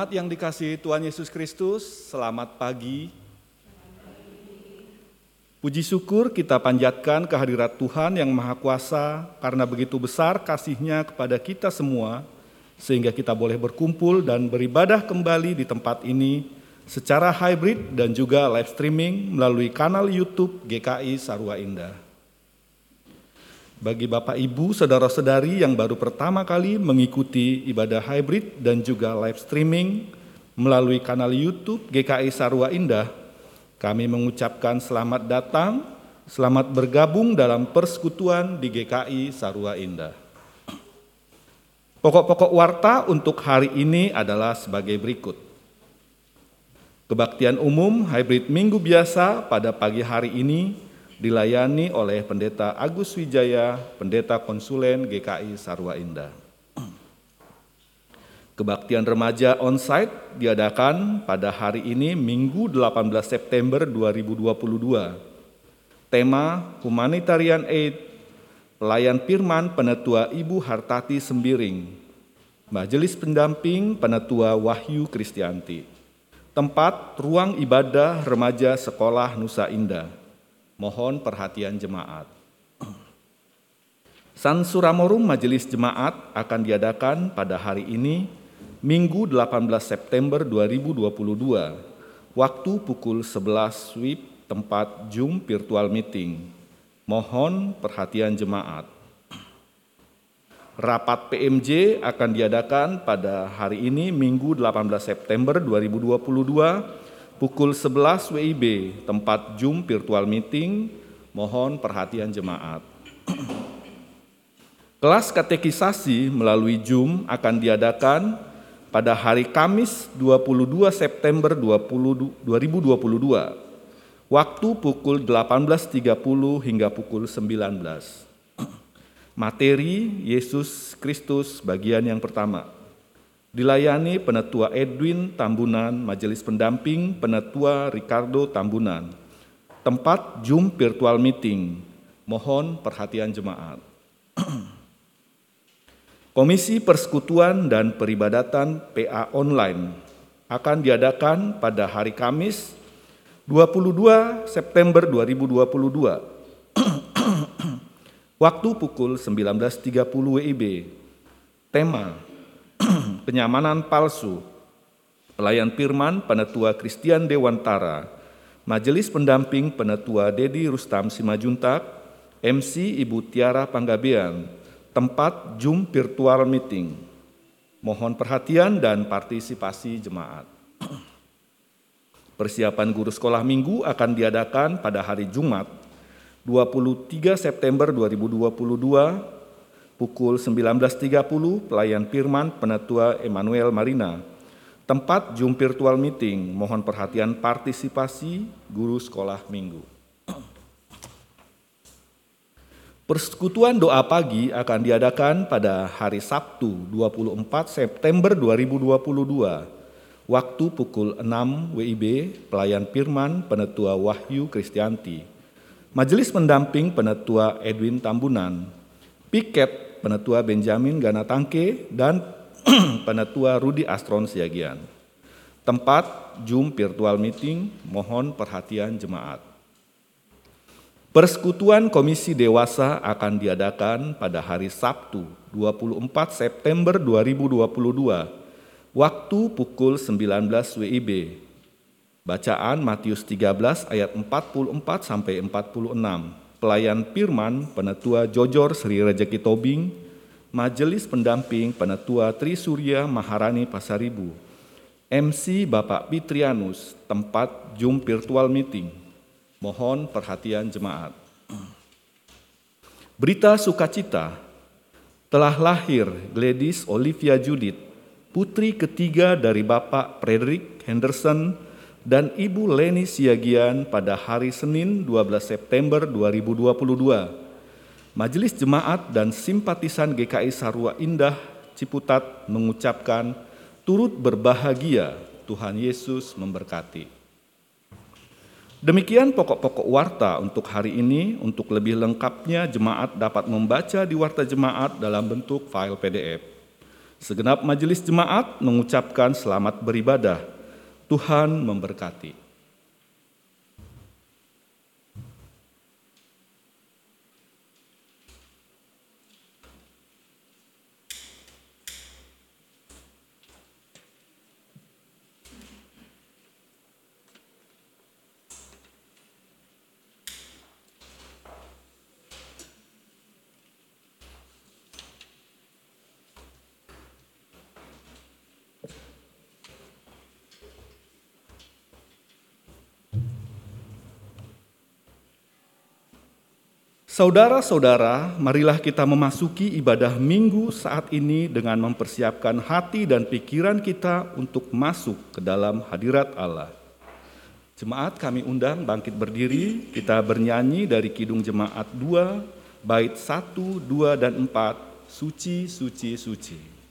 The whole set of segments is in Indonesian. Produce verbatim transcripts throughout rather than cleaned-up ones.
Jemaat yang dikasihi Tuhan Yesus Kristus, selamat pagi. Puji syukur kita panjatkan kehadirat Tuhan yang Maha Kuasa karena begitu besar kasih-Nya kepada kita semua, sehingga kita boleh berkumpul dan beribadah kembali di tempat ini secara hybrid dan juga live streaming melalui kanal YouTube G K I Sarua Indah. Bagi Bapak Ibu, Saudara-saudari yang baru pertama kali mengikuti ibadah hybrid dan juga live streaming melalui kanal YouTube G K I Sarua Indah, kami mengucapkan selamat datang, selamat bergabung dalam persekutuan di G K I Sarua Indah. Pokok-pokok warta untuk hari ini adalah sebagai berikut. Kebaktian umum hybrid minggu biasa pada pagi hari ini dilayani oleh Pendeta Agus Wijaya, Pendeta Konsulen G K I Sarua Indah. Kebaktian remaja onsite diadakan pada hari ini Minggu delapan belas September dua ribu dua puluh dua. Tema Humanitarian Aid, Pelayan Firman Penetua Ibu Hartati Sembiring, Majelis Pendamping Penetua Wahyu Kristianti. Tempat ruang ibadah remaja Sekolah Nusa Indah. Mohon perhatian jemaat. Sansuramorum Majelis Jemaat akan diadakan pada hari ini, Minggu delapan belas September dua ribu dua puluh dua, waktu pukul sebelas W I B, tempat Zoom virtual meeting. Mohon perhatian jemaat. Rapat P M J akan diadakan pada hari ini, Minggu delapan belas September dua ribu dua puluh dua, pukul sebelas W I B, tempat Zoom virtual meeting. Mohon perhatian jemaat. Kelas katekisasi melalui Zoom akan diadakan pada hari Kamis dua puluh dua September dua ribu dua puluh dua, waktu pukul delapan belas tiga puluh hingga pukul sembilan belas. Materi Yesus Kristus bagian yang pertama. Dilayani Penetua Edwin Tambunan, Majelis Pendamping Penetua Ricardo Tambunan. Tempat Zoom virtual meeting. Mohon perhatian jemaat. Komisi Persekutuan dan Peribadatan P A online akan diadakan pada hari Kamis dua puluh dua September dua ribu dua puluh dua. Waktu pukul sembilan belas tiga puluh W I B. Tema Penyamanan palsu, Pelayan Firman Penetua Christian Dewantara, Majelis Pendamping Penetua Dedi Rustam Simajuntak, M C Ibu Tiara Panggabean, tempat Zoom virtual meeting. Mohon perhatian dan partisipasi jemaat. Persiapan guru sekolah minggu akan diadakan pada hari Jumat, dua puluh tiga September dua ribu dua puluh dua, pukul sembilan belas tiga puluh, Pelayan Firman Penetua Emmanuel Marina. Tempat Zoom virtual meeting, mohon perhatian partisipasi guru sekolah minggu. Persekutuan doa pagi akan diadakan pada hari Sabtu dua puluh empat September dua ribu dua puluh dua, waktu pukul enam W I B, Pelayan Firman Penetua Wahyu Kristianti. Majelis Pendamping Penetua Edwin Tambunan, Piket Penetua Benjamin Ganatangke, dan Penetua Rudi Astron Siagian. Tempat Zoom virtual meeting, mohon perhatian jemaat. Persekutuan Komisi Dewasa akan diadakan pada hari Sabtu dua puluh empat September dua ribu dua puluh dua, waktu pukul sembilan belas W I B. Bacaan Matius tiga belas ayat empat puluh empat sampai empat puluh enam. Pelayan Firman Penetua Jojor Sri Rejeki Tobing, Majelis Pendamping Penetua Tri Surya Maharani Pasaribu, M C Bapak Pitrianus, tempat Zoom virtual meeting. Mohon perhatian jemaat. Berita sukacita, telah lahir Gladys Olivia Judith, putri ketiga dari Bapak Frederick Henderson dan Ibu Leni Siagian pada hari Senin dua belas September dua ribu dua puluh dua. Majelis Jemaat dan Simpatisan G K I Sarua Indah Ciputat mengucapkan turut berbahagia, Tuhan Yesus memberkati. Demikian pokok-pokok warta untuk hari ini. Untuk lebih lengkapnya jemaat dapat membaca di warta jemaat dalam bentuk file P D F. Segenap majelis jemaat mengucapkan selamat beribadah. Tuhan memberkati. Saudara-saudara, marilah kita memasuki ibadah minggu saat ini dengan mempersiapkan hati dan pikiran kita untuk masuk ke dalam hadirat Allah. Jemaat kami undang bangkit berdiri, kita bernyanyi dari Kidung Jemaat dua, bait satu, dua, dan empat, Suci, Suci, Suci.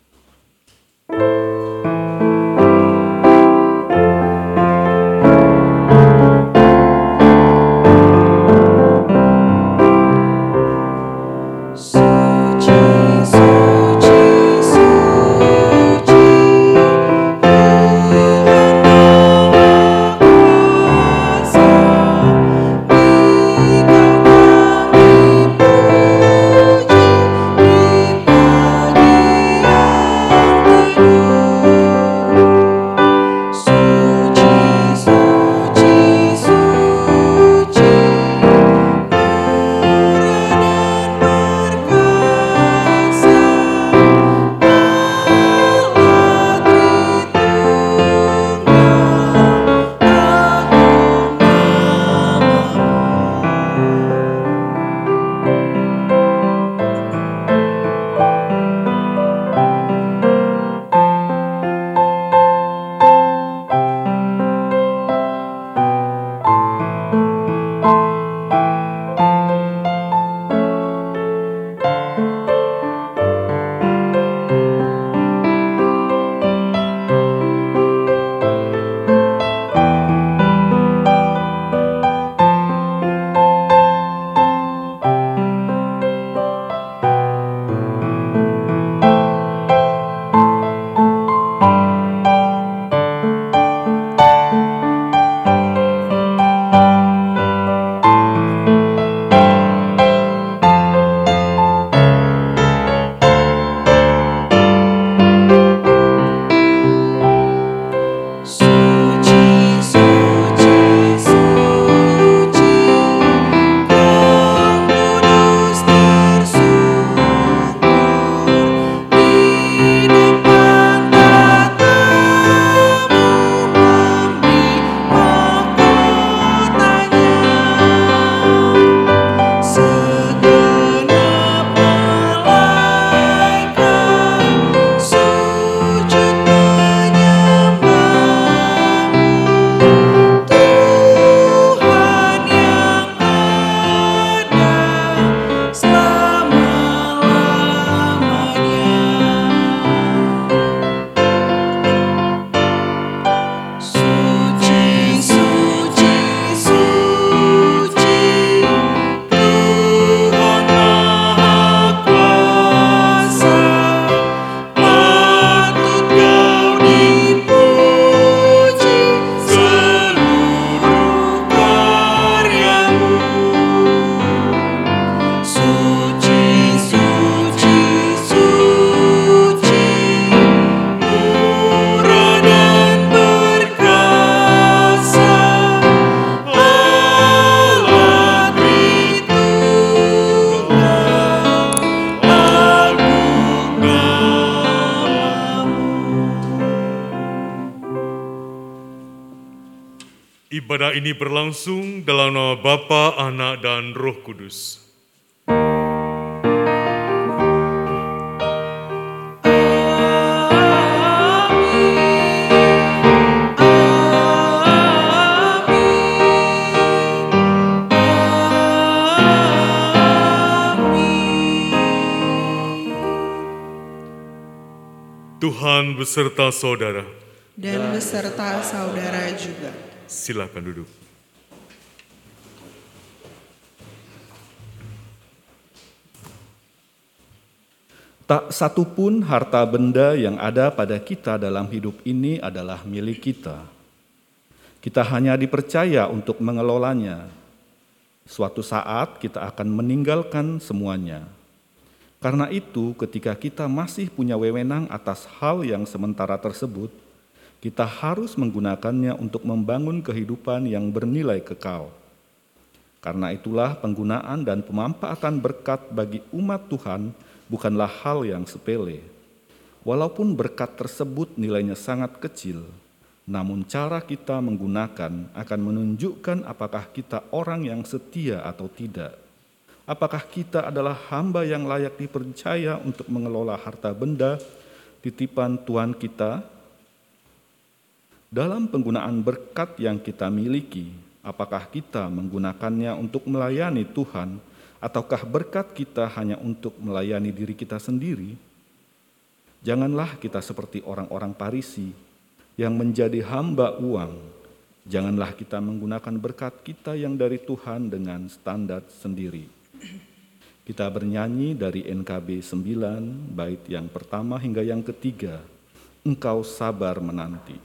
Ibadah ini berlangsung dalam nama Bapa, Anak, dan Roh Kudus. Tuhan beserta saudara. Dan beserta saudara juga. Silakan duduk. Tak satu pun harta benda yang ada pada kita dalam hidup ini adalah milik kita. Kita hanya dipercaya untuk mengelolanya. Suatu saat kita akan meninggalkan semuanya. Karena itu, ketika kita masih punya wewenang atas hal yang sementara tersebut, kita harus menggunakannya untuk membangun kehidupan yang bernilai kekal. Karena itulah penggunaan dan pemanfaatan berkat bagi umat Tuhan bukanlah hal yang sepele. Walaupun berkat tersebut nilainya sangat kecil, namun cara kita menggunakan akan menunjukkan apakah kita orang yang setia atau tidak. Apakah kita adalah hamba yang layak dipercaya untuk mengelola harta benda titipan Tuhan kita? Dalam penggunaan berkat yang kita miliki, apakah kita menggunakannya untuk melayani Tuhan, ataukah berkat kita hanya untuk melayani diri kita sendiri? Janganlah kita seperti orang-orang Farisi yang menjadi hamba uang. Janganlah kita menggunakan berkat kita yang dari Tuhan dengan standar sendiri. Kita bernyanyi dari N K B sembilan, bait yang pertama hingga yang ketiga. Engkau sabar menanti.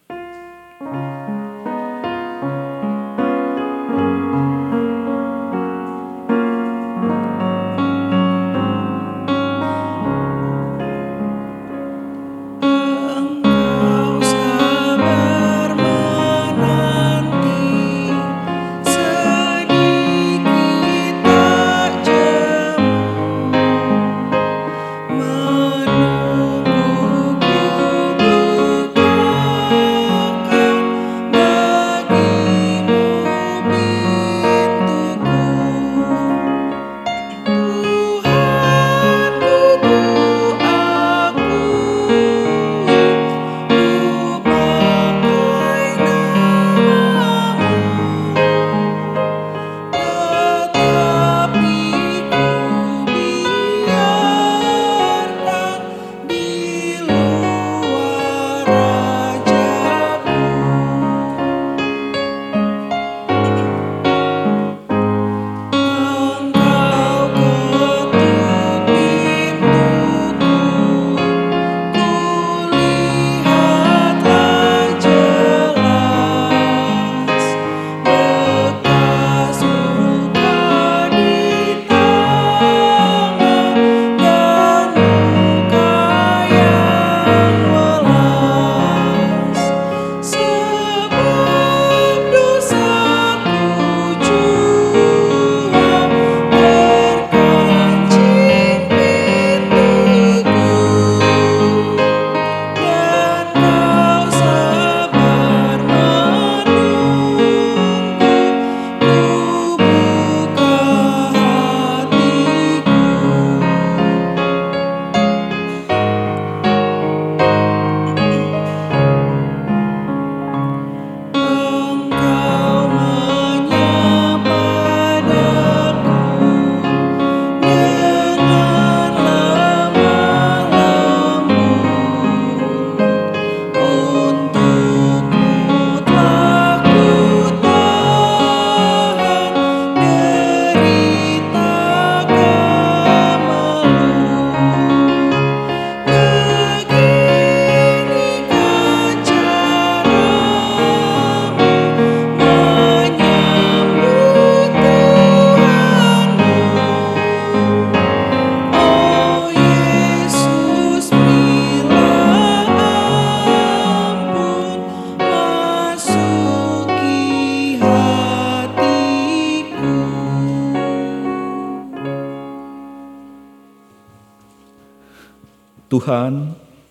Tuhan,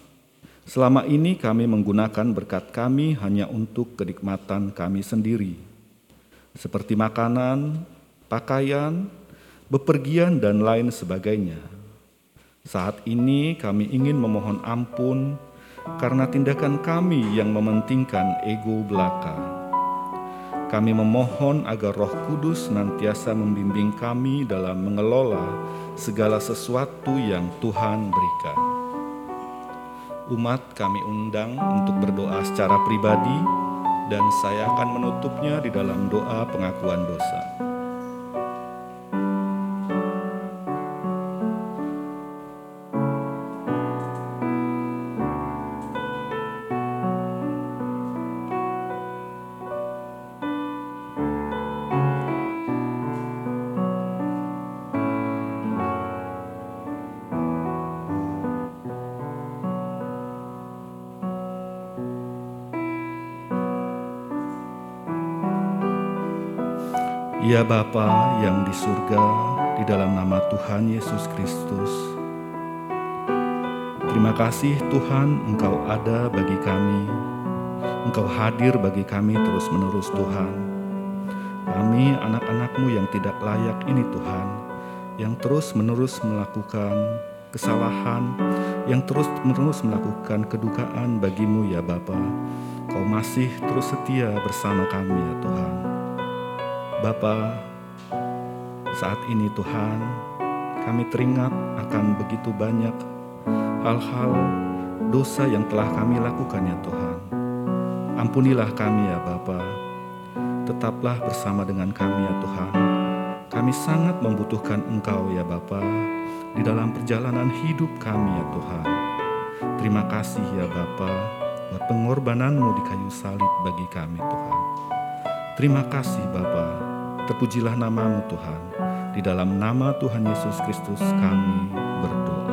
selama ini kami menggunakan berkat kami hanya untuk kenikmatan kami sendiri, seperti makanan, pakaian, bepergian, dan lain sebagainya. Saat ini kami ingin memohon ampun karena tindakan kami yang mementingkan ego belaka. Kami memohon agar Roh Kudus senantiasa membimbing kami dalam mengelola segala sesuatu yang Tuhan berikan. Umat kami undang untuk berdoa secara pribadi, dan saya akan menutupnya di dalam doa pengakuan dosa. Ya Bapa yang di surga, di dalam nama Tuhan Yesus Kristus, terima kasih Tuhan, Engkau ada bagi kami, Engkau hadir bagi kami terus-menerus Tuhan. Kami anak-anak-Mu yang tidak layak ini Tuhan, yang terus-menerus melakukan kesalahan, yang terus-menerus melakukan kedukaan bagi-Mu ya Bapa. Kau masih terus setia bersama kami ya Tuhan. Bapa, saat ini Tuhan, kami teringat akan begitu banyak hal-hal dosa yang telah kami lakukan ya Tuhan. Ampunilah kami ya Bapa, tetaplah bersama dengan kami ya Tuhan. Kami sangat membutuhkan Engkau ya Bapa di dalam perjalanan hidup kami ya Tuhan. Terima kasih ya Bapa buat pengorbanan-Mu di kayu salib bagi kami Tuhan. Terima kasih Bapa, terpujilah nama-Mu Tuhan. Di dalam nama Tuhan Yesus Kristus kami berdoa.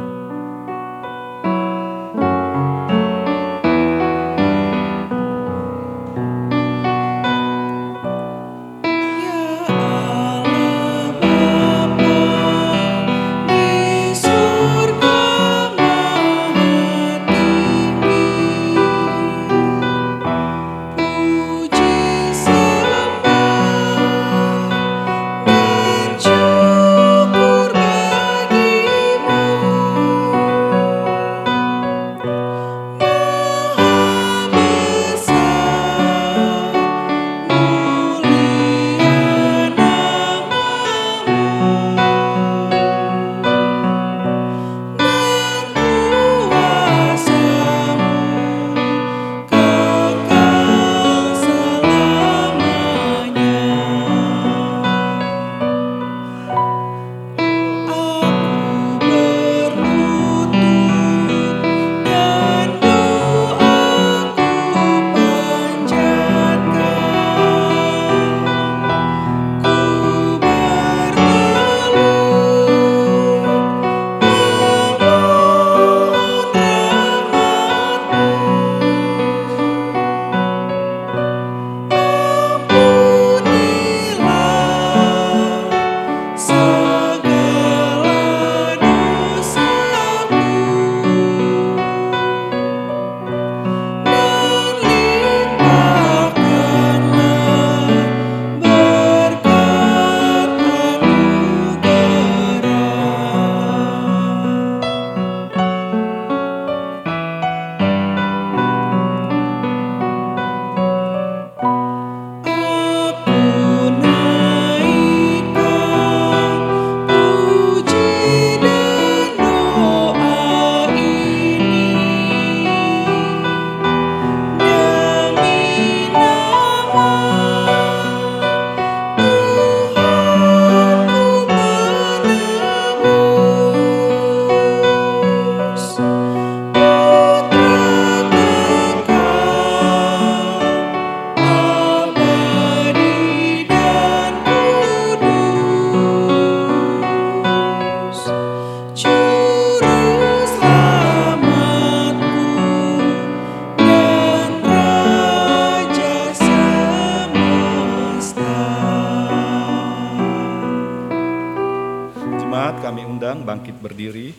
Kami undang bangkit berdiri.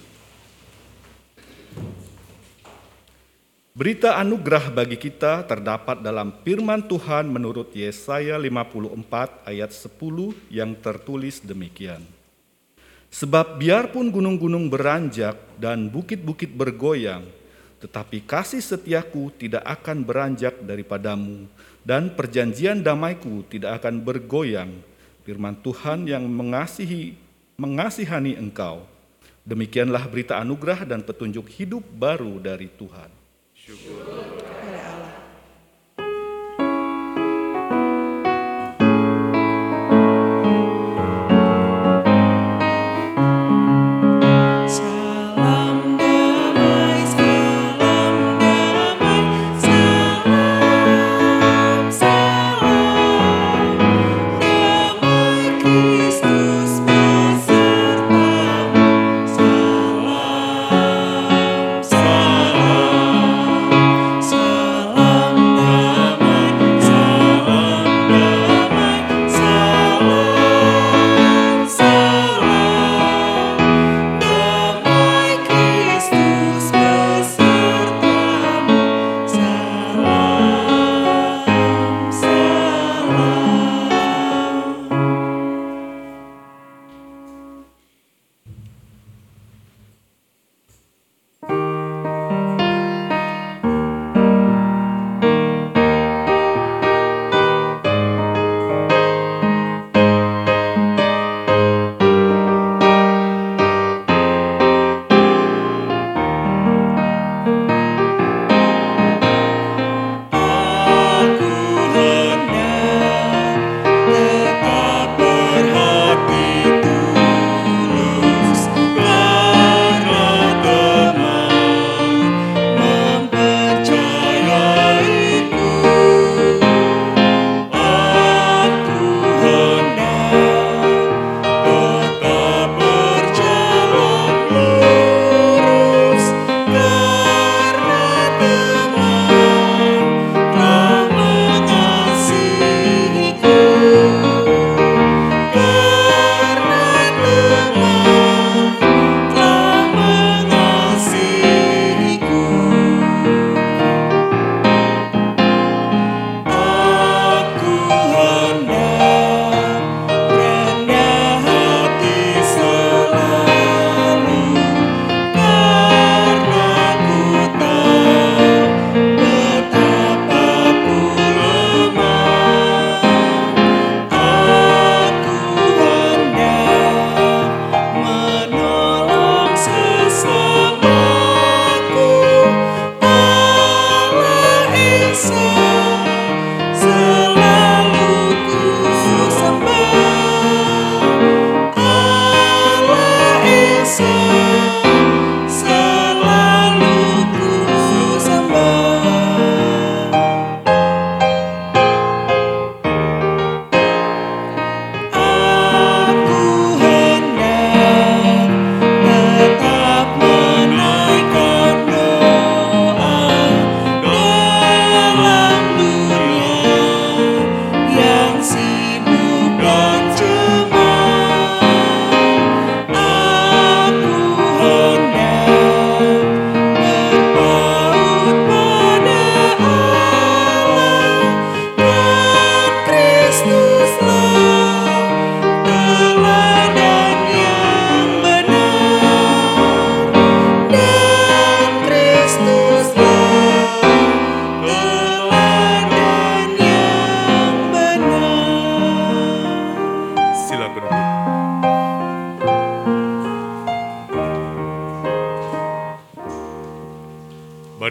Berita anugerah bagi kita terdapat dalam firman Tuhan menurut Yesaya lima puluh empat ayat sepuluh yang tertulis demikian. Sebab biarpun gunung-gunung beranjak dan bukit-bukit bergoyang, tetapi kasih setiaku tidak akan beranjak daripadamu dan perjanjian damaiku tidak akan bergoyang. Firman Tuhan yang mengasihi mengasihani engkau. Demikianlah berita anugerah dan petunjuk hidup baru dari Tuhan. Syukur kepada Allah. Salam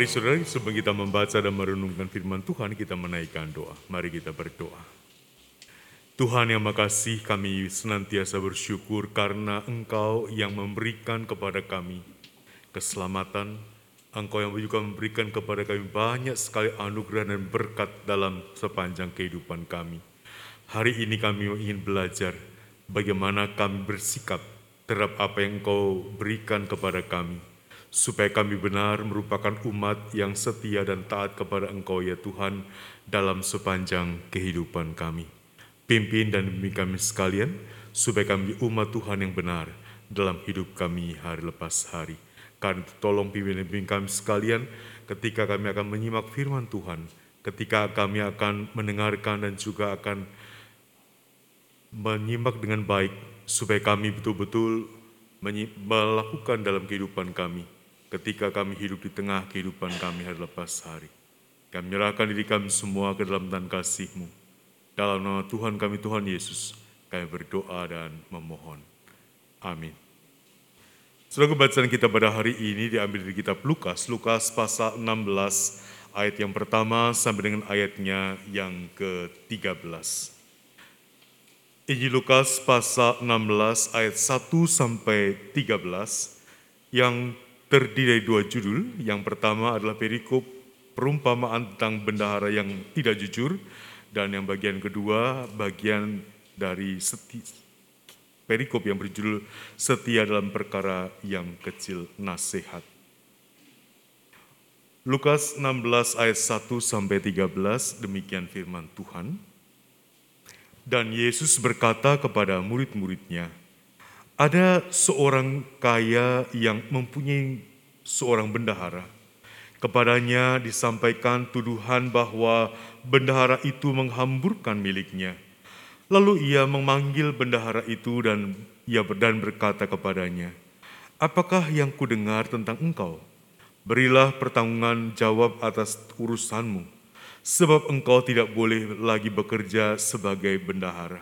Mari saudara, sebelum kita membaca dan merenungkan firman Tuhan, kita menaikkan doa. Mari kita berdoa. Tuhan yang makasih, kami senantiasa bersyukur karena Engkau yang memberikan kepada kami keselamatan. Engkau yang juga memberikan kepada kami banyak sekali anugerah dan berkat dalam sepanjang kehidupan kami. Hari ini kami ingin belajar bagaimana kami bersikap terhadap apa yang Engkau berikan kepada kami, supaya kami benar merupakan umat yang setia dan taat kepada Engkau ya Tuhan dalam sepanjang kehidupan kami. Pimpin dan bimbing kami sekalian, supaya kami umat Tuhan yang benar dalam hidup kami hari lepas hari. Karena itu tolong pimpin dan bimbing kami sekalian ketika kami akan menyimak firman Tuhan, ketika kami akan mendengarkan dan juga akan menyimak dengan baik, supaya kami betul-betul melakukan dalam kehidupan kami, ketika kami hidup di tengah kehidupan kami hari lepas hari. Kami menyerahkan diri kami semua ke dalam tangan kasih-Mu. Dalam nama Tuhan kami, Tuhan Yesus, kami berdoa dan memohon. Amin. Saudara, bacaan kita pada hari ini diambil dari kitab Lukas, Lukas pasal enam belas, ayat yang pertama sampai dengan ayatnya yang ke tiga belas. Injil Lukas pasal enam belas ayat satu sampai tiga belas yang terdiri dari dua judul. Yang pertama adalah perikop perumpamaan tentang bendahara yang tidak jujur, dan yang bagian kedua bagian dari seti, perikop yang berjudul setia dalam perkara yang kecil, nasihat. Lukas enam belas ayat satu sampai tiga belas, demikian firman Tuhan. Dan Yesus berkata kepada murid-muridnya, ada seorang kaya yang mempunyai seorang bendahara. Kepadanya disampaikan tuduhan bahwa bendahara itu menghamburkan miliknya. Lalu ia memanggil bendahara itu dan ia dan berkata kepadanya, apakah yang kudengar tentang engkau? Berilah pertanggungan jawab atas urusanmu, sebab engkau tidak boleh lagi bekerja sebagai bendahara.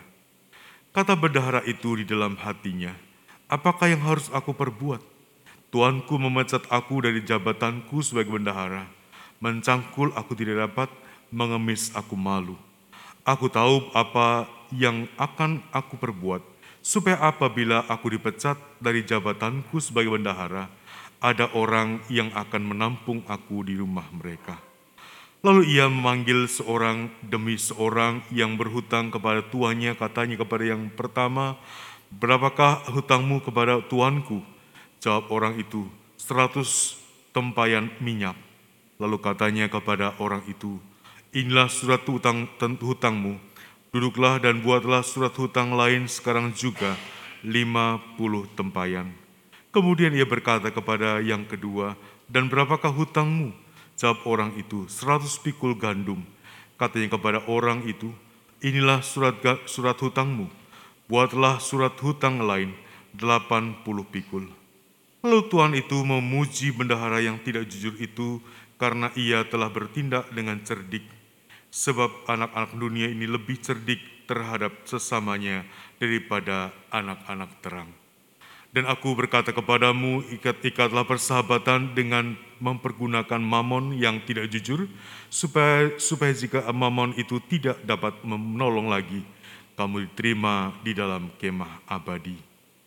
Kata bendahara itu di dalam hatinya, apakah yang harus aku perbuat? Tuanku memecat aku dari jabatanku sebagai bendahara, mencangkul aku tidak dapat, mengemis aku malu. Aku tahu apa yang akan aku perbuat, supaya apabila aku dipecat dari jabatanku sebagai bendahara, ada orang yang akan menampung aku di rumah mereka. Lalu ia memanggil seorang demi seorang yang berhutang kepada tuannya, katanya kepada yang pertama, berapakah hutangmu kepada tuanku? Jawab orang itu, seratus tempayan minyak. Lalu katanya kepada orang itu, inilah surat hutang, hutangmu, duduklah dan buatlah surat hutang lain sekarang juga, lima puluh tempayan. Kemudian ia berkata kepada yang kedua, dan berapakah hutangmu? Jawab orang itu, seratus pikul gandum. Katanya kepada orang itu, inilah surat surat hutangmu, buatlah surat hutang lain, delapan puluh pikul. Lalu tuan itu memuji bendahara yang tidak jujur itu karena ia telah bertindak dengan cerdik. Sebab anak-anak dunia ini lebih cerdik terhadap sesamanya daripada anak-anak terang. Dan aku berkata kepadamu, ikat-ikatlah persahabatan dengan mempergunakan mamon yang tidak jujur, supaya supaya jika mamon itu tidak dapat menolong lagi, kamu diterima di dalam kemah abadi.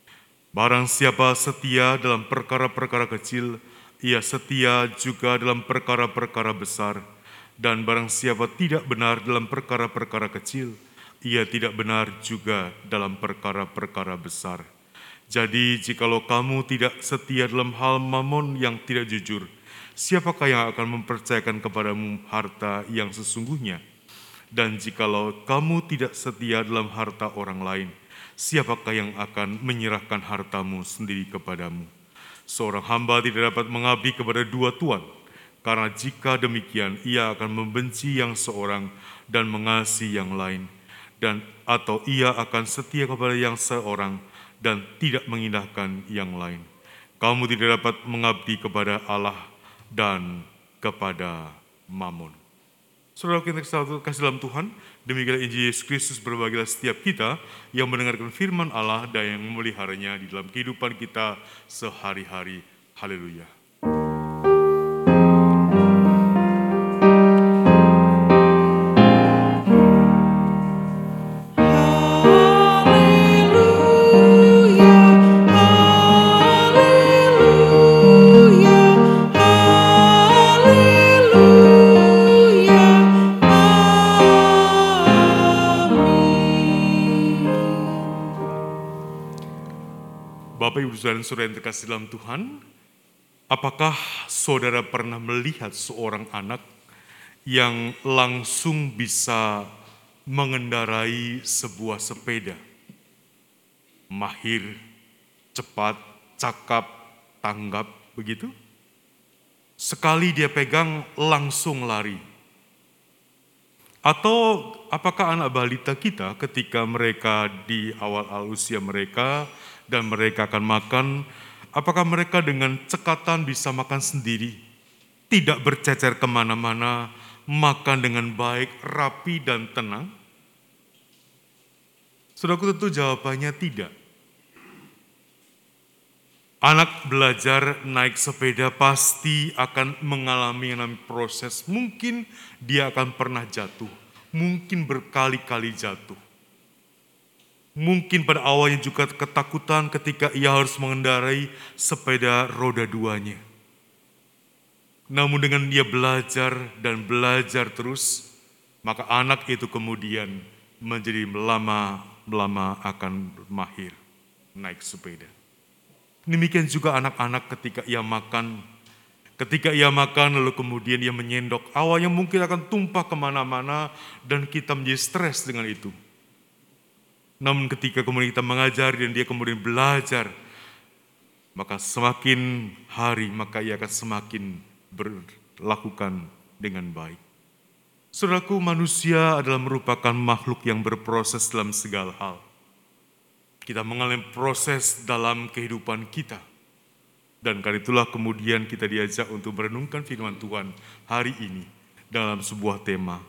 Barang siapa setia dalam perkara-perkara kecil, ia setia juga dalam perkara-perkara besar. Dan barang siapa tidak benar dalam perkara-perkara kecil, ia tidak benar juga dalam perkara-perkara besar. Jadi jikalau kamu tidak setia dalam hal mamon yang tidak jujur, siapakah yang akan mempercayakan kepadamu harta yang sesungguhnya? Dan jikalau kamu tidak setia dalam harta orang lain, siapakah yang akan menyerahkan hartamu sendiri kepadamu? Seorang hamba tidak dapat mengabdi kepada dua tuan, karena jika demikian ia akan membenci yang seorang dan mengasihi yang lain, dan atau ia akan setia kepada yang seorang dan tidak mengindahkan yang lain. Kamu tidak dapat mengabdi kepada Allah dan kepada Mammon. Saudara kita kasih dalam Tuhan, demikianlah Injil Yesus Kristus berbagilah setiap kita yang mendengarkan firman Allah dan yang memeliharanya di dalam kehidupan kita sehari-hari. Haleluya. Bapak, Ibu, Saudara, dan Saudara yang terkasih dalam Tuhan, apakah saudara pernah melihat seorang anak yang langsung bisa mengendarai sebuah sepeda? Mahir, cepat, cakap, tanggap, begitu? Sekali dia pegang, langsung lari. Atau apakah anak balita kita ketika mereka di awal-awal usia mereka dan mereka akan makan, apakah mereka dengan cekatan bisa makan sendiri, tidak bercecer kemana-mana, makan dengan baik, rapi dan tenang? Saudaraku, tentu jawabannya tidak. Anak belajar naik sepeda pasti akan mengalami yang namanya proses. Mungkin dia akan pernah jatuh, mungkin berkali-kali jatuh. Mungkin pada awalnya juga ketakutan ketika ia harus mengendarai sepeda roda duanya. Namun dengan dia belajar dan belajar terus, maka anak itu kemudian menjadi lama-lama akan mahir naik sepeda. Demikian juga anak-anak ketika ia makan. Ketika ia makan lalu kemudian ia menyendok. Awalnya mungkin akan tumpah kemana-mana dan kita menjadi stres dengan itu. Namun ketika kemudian kita mengajari dan dia kemudian belajar, maka semakin hari maka ia akan semakin berlakukan dengan baik. Saudaraku, manusia adalah merupakan makhluk yang berproses dalam segala hal. Kita mengalami proses dalam kehidupan kita. Dan karena itulah kemudian kita diajak untuk merenungkan firman Tuhan hari ini dalam sebuah tema,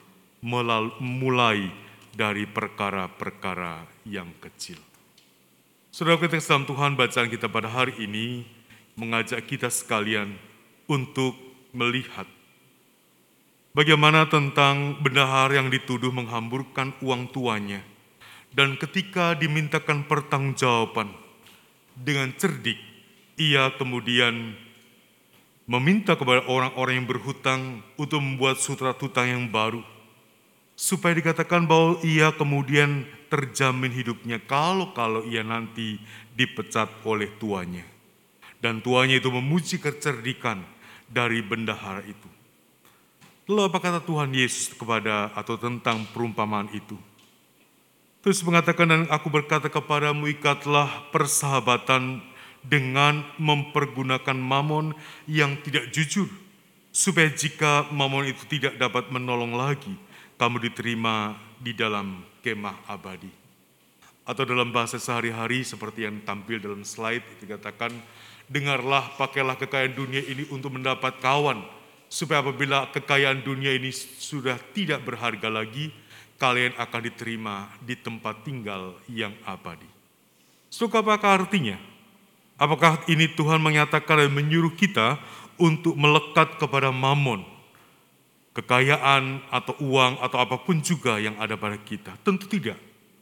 mulai dari perkara-perkara yang kecil. Saudara kita dalam Tuhan, bacaan kita pada hari ini mengajak kita sekalian untuk melihat bagaimana tentang bendahara yang dituduh menghamburkan uang tuanya. Dan ketika dimintakan pertanggungjawaban dengan cerdik, ia kemudian meminta kepada orang-orang yang berhutang untuk membuat surat hutang yang baru. Supaya dikatakan bahwa ia kemudian terjamin hidupnya kalau-kalau ia nanti dipecat oleh tuannya. Dan tuannya itu memuji kecerdikan dari bendahara itu. Lalu apa kata Tuhan Yesus kepada atau tentang perumpamaan itu? Terus mengatakan, dan aku berkata kepadamu, ikatlah persahabatan dengan mempergunakan mamon yang tidak jujur, supaya jika mamon itu tidak dapat menolong lagi, kamu diterima di dalam kemah abadi. Atau dalam bahasa sehari-hari seperti yang tampil dalam slide, dikatakan, dengarlah, pakailah kekayaan dunia ini untuk mendapat kawan, supaya apabila kekayaan dunia ini sudah tidak berharga lagi, kalian akan diterima di tempat tinggal yang abadi. Suka apakah artinya? Apakah ini Tuhan menyatakan dan menyuruh kita untuk melekat kepada mamon, kekayaan atau uang atau apapun juga yang ada pada kita? Tentu tidak.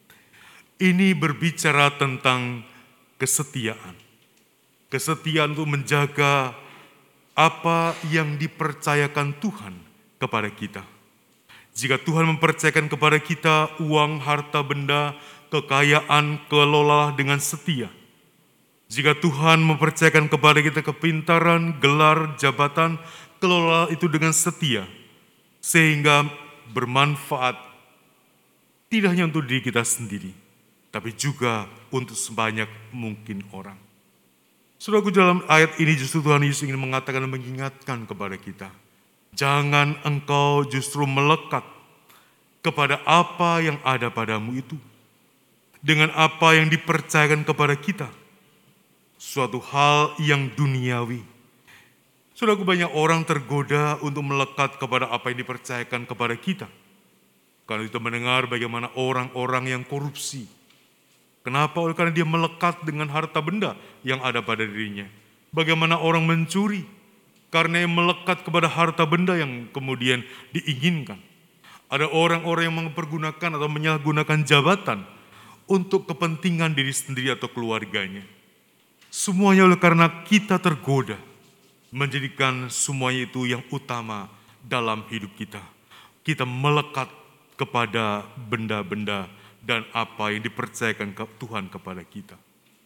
Ini berbicara tentang kesetiaan. Kesetiaan untuk menjaga apa yang dipercayakan Tuhan kepada kita. Jika Tuhan mempercayakan kepada kita uang, harta benda, kekayaan, kelolalah dengan setia. Jika Tuhan mempercayakan kepada kita kepintaran, gelar, jabatan, kelola itu dengan setia. Sehingga bermanfaat tidak hanya untuk diri kita sendiri, tapi juga untuk sebanyak mungkin orang. Saudaraku, dalam ayat ini justru Tuhan Yesus ingin mengatakan dan mengingatkan kepada kita. Jangan engkau justru melekat kepada apa yang ada padamu itu. Dengan apa yang dipercayakan kepada kita. Suatu hal yang duniawi. Saudaraku, banyak orang tergoda untuk melekat kepada apa yang dipercayakan kepada kita. Karena kita mendengar bagaimana orang-orang yang korupsi. Kenapa? Oleh karena dia melekat dengan harta benda yang ada pada dirinya. Bagaimana orang mencuri? Karena yang melekat kepada harta benda yang kemudian diinginkan. Ada orang-orang yang mempergunakan atau menyalahgunakan jabatan untuk kepentingan diri sendiri atau keluarganya. Semuanya oleh karena kita tergoda menjadikan semuanya itu yang utama dalam hidup kita. Kita melekat kepada benda-benda dan apa yang dipercayakan ke Tuhan kepada kita.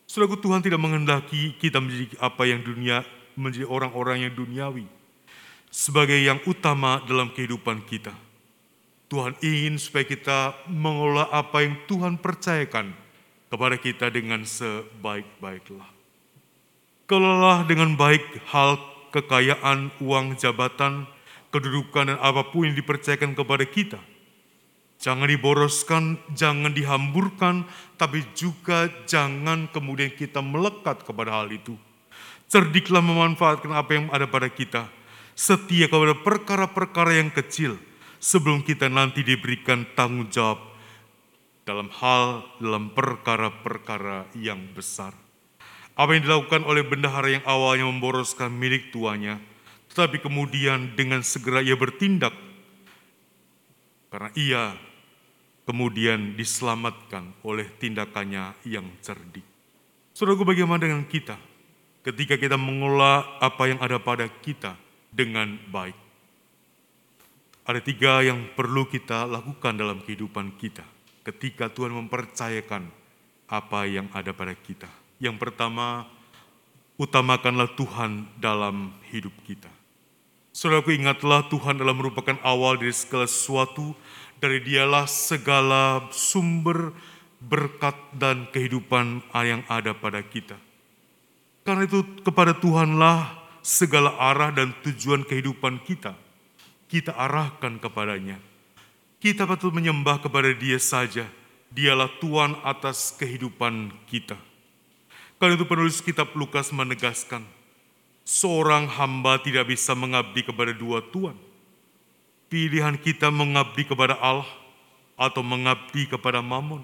Saudaraku, Tuhan tidak menghendaki kita menjadi apa yang dunia, menjadi orang-orang yang duniawi sebagai yang utama dalam kehidupan kita. Tuhan ingin supaya kita mengelola apa yang Tuhan percayakan kepada kita dengan sebaik-baiklah. Kelolalah dengan baik hal kekayaan, uang, jabatan, kedudukan, dan apapun yang dipercayakan kepada kita. Jangan diboroskan, jangan dihamburkan, tapi juga jangan kemudian kita melekat kepada hal itu. Cerdiklah memanfaatkan apa yang ada pada kita. Setia kepada perkara-perkara yang kecil sebelum kita nanti diberikan tanggung jawab dalam hal, dalam perkara-perkara yang besar. Apa yang dilakukan oleh bendahara yang awalnya memboroskan milik tuannya, tetapi kemudian dengan segera ia bertindak karena ia kemudian diselamatkan oleh tindakannya yang cerdik. Saudaraku, bagaimana dengan kita ketika kita mengelola apa yang ada pada kita dengan baik? Ada tiga yang perlu kita lakukan dalam kehidupan kita ketika Tuhan mempercayakan apa yang ada pada kita. Yang pertama, utamakanlah Tuhan dalam hidup kita. Saudaraku, ingatlah Tuhan adalah merupakan awal dari segala sesuatu. Dari Dialah segala sumber berkat dan kehidupan yang ada pada kita. Karena itu kepada Tuhanlah segala arah dan tujuan kehidupan kita. Kita arahkan kepadanya. Kita patut menyembah kepada Dia saja. Dialah Tuhan atas kehidupan kita. Karena itu penulis kitab Lukas menegaskan, seorang hamba tidak bisa mengabdi kepada dua tuan. Pilihan kita mengabdi kepada Allah atau mengabdi kepada Mammon.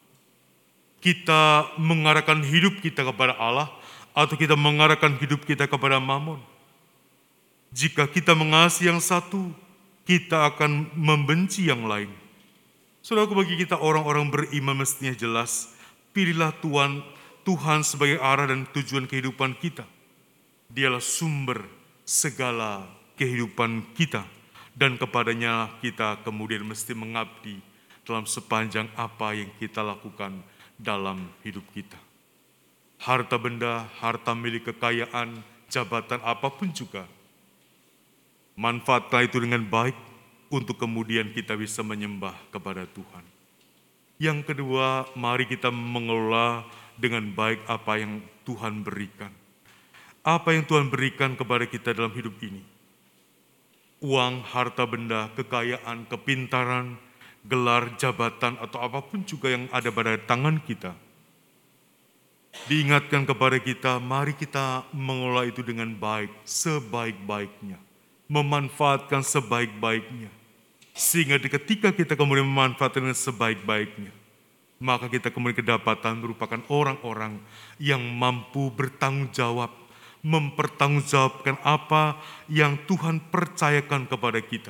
Kita mengarahkan hidup kita kepada Allah atau kita mengarahkan hidup kita kepada Mammon. Jika kita mengasihi yang satu, kita akan membenci yang lain. Saudaraku, bagi kita orang-orang beriman mestinya jelas, pilihlah Tuhan, Tuhan sebagai arah dan tujuan kehidupan kita. Dialah sumber segala kehidupan kita. Dan kepadanya kita kemudian mesti mengabdi dalam sepanjang apa yang kita lakukan dalam hidup kita. Harta benda, harta milik, kekayaan, jabatan apapun juga. Manfaatlah itu dengan baik untuk kemudian kita bisa menyembah kepada Tuhan. Yang kedua, mari kita mengelola dengan baik apa yang Tuhan berikan. Apa yang Tuhan berikan kepada kita dalam hidup ini. Uang, harta benda, kekayaan, kepintaran, gelar, jabatan, atau apapun juga yang ada pada tangan kita. Diingatkan kepada kita, mari kita mengelola itu dengan baik, sebaik-baiknya. Memanfaatkan sebaik-baiknya. Sehingga ketika kita kemudian memanfaatkan dengan sebaik-baiknya, maka kita kemudian kedapatan merupakan orang-orang yang mampu bertanggung jawab, mempertanggungjawabkan apa yang Tuhan percayakan kepada kita.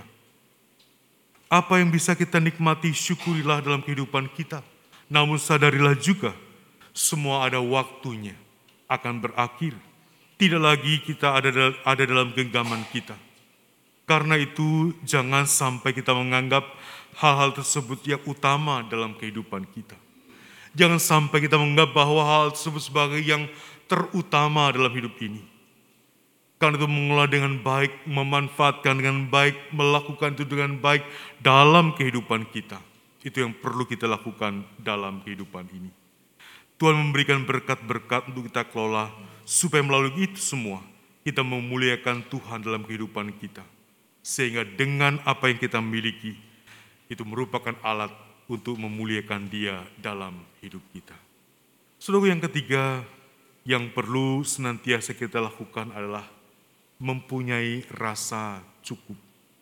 Apa yang bisa kita nikmati, syukurilah dalam kehidupan kita. Namun sadarilah juga, semua ada waktunya, akan berakhir. Tidak lagi kita ada, ada dalam genggaman kita. Karena itu jangan sampai kita menganggap hal-hal tersebut yang utama dalam kehidupan kita. Jangan sampai kita menganggap bahwa hal tersebut sebagai yang terutama dalam hidup ini. Karena itu mengelola dengan baik, memanfaatkan dengan baik, melakukan itu dengan baik dalam kehidupan kita. Itu yang perlu kita lakukan dalam kehidupan ini. Tuhan memberikan berkat-berkat untuk kita kelola, supaya melalui itu semua, kita memuliakan Tuhan dalam kehidupan kita. Sehingga dengan apa yang kita miliki, itu merupakan alat untuk memuliakan Dia dalam hidup kita. Saudara, yang ketiga, yang perlu senantiasa kita lakukan adalah mempunyai rasa cukup.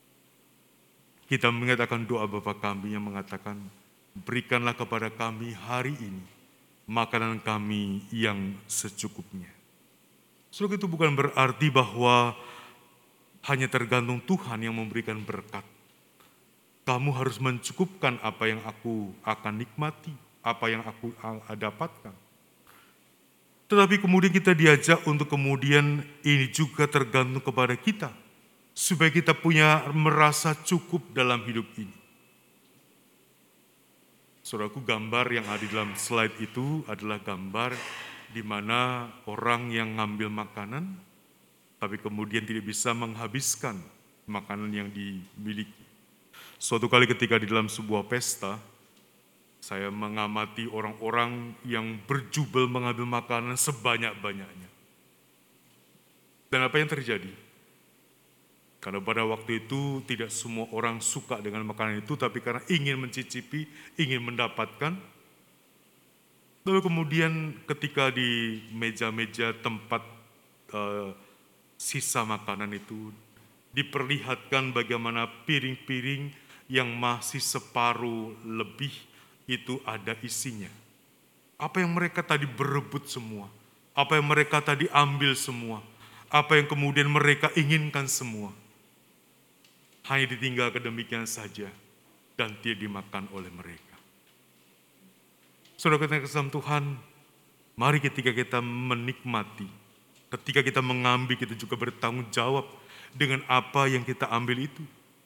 Kita mengatakan doa Bapa kami yang mengatakan, berikanlah kepada kami hari ini makanan kami yang secukupnya. Saudara, itu bukan berarti bahwa hanya tergantung Tuhan yang memberikan berkat. Kamu harus mencukupkan apa yang aku akan nikmati, apa yang aku dapatkan. Tetapi kemudian kita diajak untuk kemudian ini juga tergantung kepada kita. Supaya kita punya merasa cukup dalam hidup ini. Saudaraku, gambar yang ada di dalam slide itu adalah gambar di mana orang yang ngambil makanan, tapi kemudian tidak bisa menghabiskan makanan yang dimiliki. Suatu kali ketika di dalam sebuah pesta, saya mengamati orang-orang yang berjubel mengambil makanan sebanyak-banyaknya. Dan apa yang terjadi? Karena pada waktu itu tidak semua orang suka dengan makanan itu, tapi karena ingin mencicipi, ingin mendapatkan. Lalu kemudian ketika di meja-meja tempat uh, sisa makanan itu, diperlihatkan bagaimana piring-piring yang masih separuh lebih itu ada isinya. Apa yang mereka tadi berebut semua, apa yang mereka tadi ambil semua, apa yang kemudian mereka inginkan semua, hanya ditinggalkan demikian saja dan tidak dimakan oleh mereka. Saudara kita kesam Tuhan, mari ketika kita menikmati, ketika kita mengambil, kita juga bertanggung jawab dengan apa yang kita ambil itu.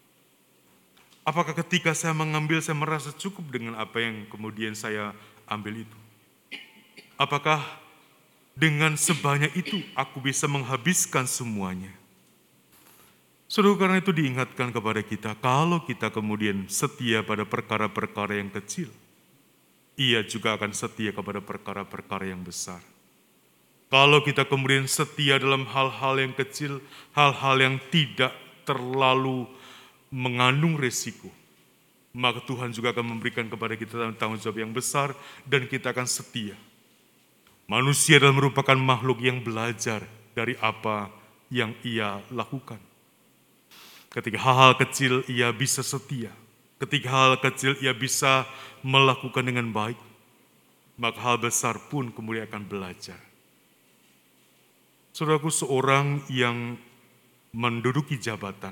Apakah ketika saya mengambil, saya merasa cukup dengan apa yang kemudian saya ambil itu? Apakah dengan sebanyak itu aku bisa menghabiskan semuanya? Saudara, karena itu diingatkan kepada kita, kalau kita kemudian setia pada perkara-perkara yang kecil, Ia juga akan setia kepada perkara-perkara yang besar. Kalau kita kemudian setia dalam hal-hal yang kecil, hal-hal yang tidak terlalu mengandung resiko, maka Tuhan juga akan memberikan kepada kita tanggung jawab yang besar dan kita akan setia. Manusia adalah merupakan makhluk yang belajar dari apa yang ia lakukan. Ketika hal-hal kecil ia bisa setia, ketika hal kecil ia bisa melakukan dengan baik, maka hal besar pun kemudian akan belajar. Saudaraku, seorang yang menduduki jabatan,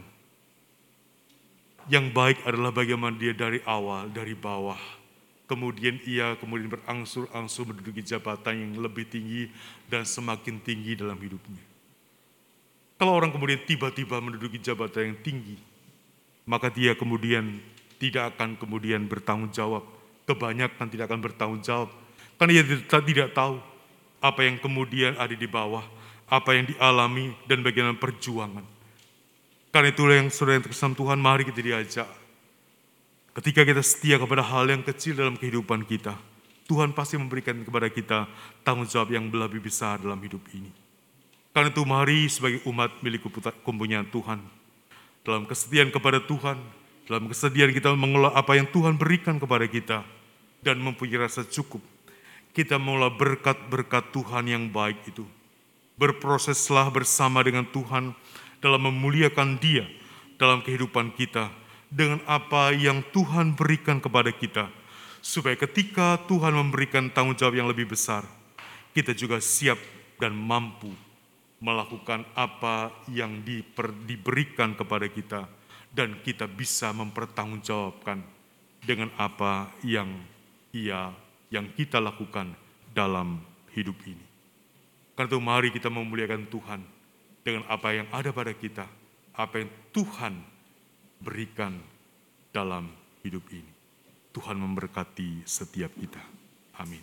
yang baik adalah bagaimana dia dari awal, dari bawah, kemudian ia kemudian berangsur-angsur menduduki jabatan yang lebih tinggi dan semakin tinggi dalam hidupnya. Kalau orang kemudian tiba-tiba menduduki jabatan yang tinggi, maka dia kemudian tidak akan kemudian bertanggung jawab. Kebanyakan tidak akan bertanggung jawab, karena dia tidak tahu apa yang kemudian ada di bawah, apa yang dialami dan bagaimana perjuangan. Karena itulah yang saudara yang terkesan Tuhan, mari kita diajak. Ketika kita setia kepada hal yang kecil dalam kehidupan kita, Tuhan pasti memberikan kepada kita tanggung jawab yang lebih besar dalam hidup ini. Karena itu mari sebagai umat milik kumpulan Tuhan, dalam kesetiaan kepada Tuhan, dalam kesediaan kita mengelola apa yang Tuhan berikan kepada kita, dan mempunyai rasa cukup, kita mengelola berkat-berkat Tuhan yang baik itu. Berproseslah bersama dengan Tuhan dalam memuliakan Dia dalam kehidupan kita, dengan apa yang Tuhan berikan kepada kita, supaya ketika Tuhan memberikan tanggung jawab yang lebih besar, kita juga siap dan mampu melakukan apa yang diper, diberikan kepada kita, dan kita bisa mempertanggungjawabkan dengan apa yang ia yang kita lakukan dalam hidup ini. Karena itu mari kita memuliakan Tuhan dengan apa yang ada pada kita, apa yang Tuhan berikan dalam hidup ini. Tuhan memberkati setiap kita. Amin.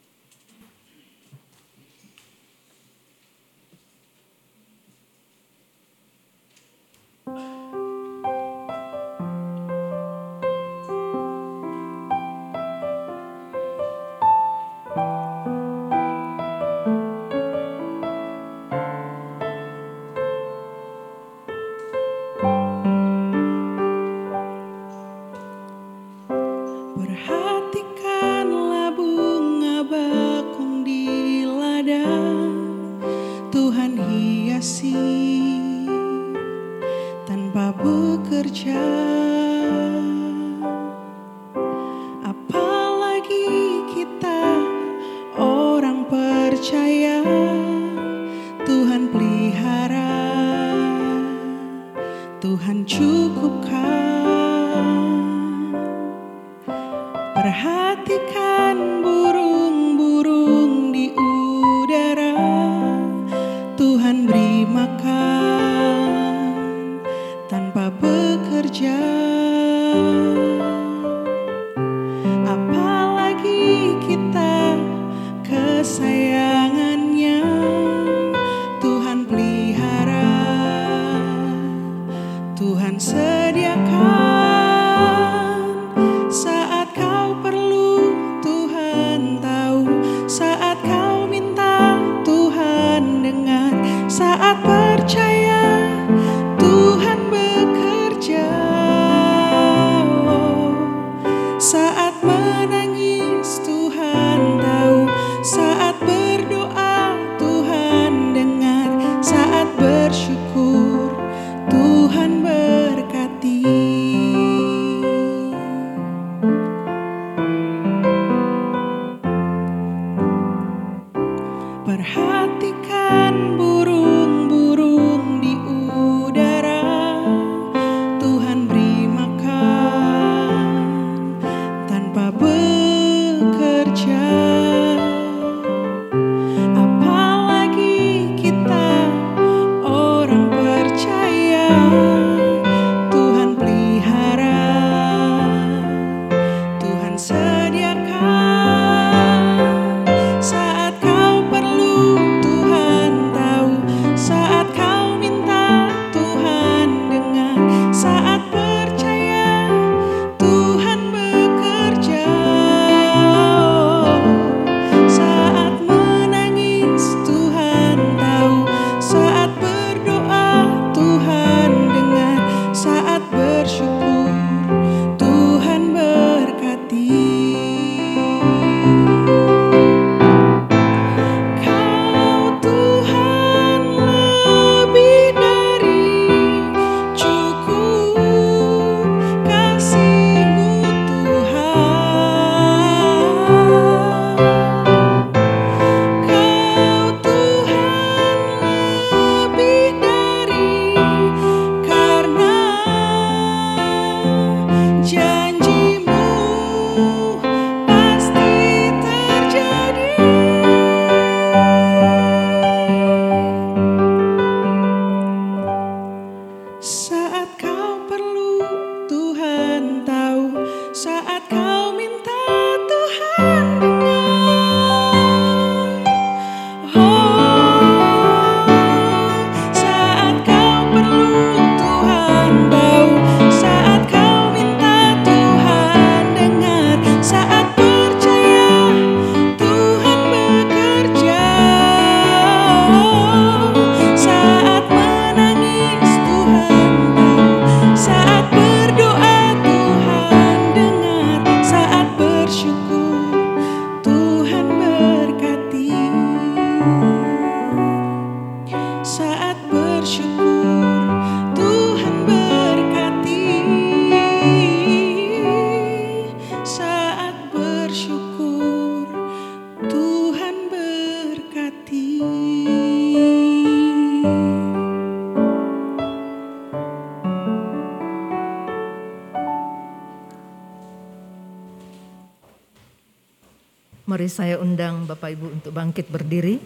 Perhatikanlah bunga bakung di ladang, Tuhan hiasi tanpa bekerja. Apalagi kita orang percaya, Tuhan pelihara, Tuhan cukupkan. Perhatikan burung-burung di udara, Tuhan beri makan tanpa bekerja. Apalagi kita kesayangan bekerja. Apalagi kita orang percaya, Tuhan pelihara, Tuhan sediakan. Saat kau perlu Tuhan tahu, saat kau minta Tuhan dengar, saat percaya Tuhan bekerja. Saat menangis Tuhan tahu, saat berdoa Tuhan dengar, saat bersyukur Tuhan berkati. Kau Tuhan lebih dari cukup, kasih-Mu Tuhan. Kau Tuhan lebih dari, karena janji-Mu pasti terjadi. Saat kau perlu Tuhan tahu, saat kau minta Tuhan dengar. Oh, saat kau perlu Tuhan tahu, saat kau minta Tuhan dengar, saat percaya Tuhan bekerja. Saat menangis Tuhan tahu, saat berdoa Tuhan dengar, saat bersyukur Tuhan berkati. Saat bersyukur Tuhan berkati. Saat bersyukur Tuhan berkati. Mari saya undang Bapak Ibu untuk bangkit berdiri.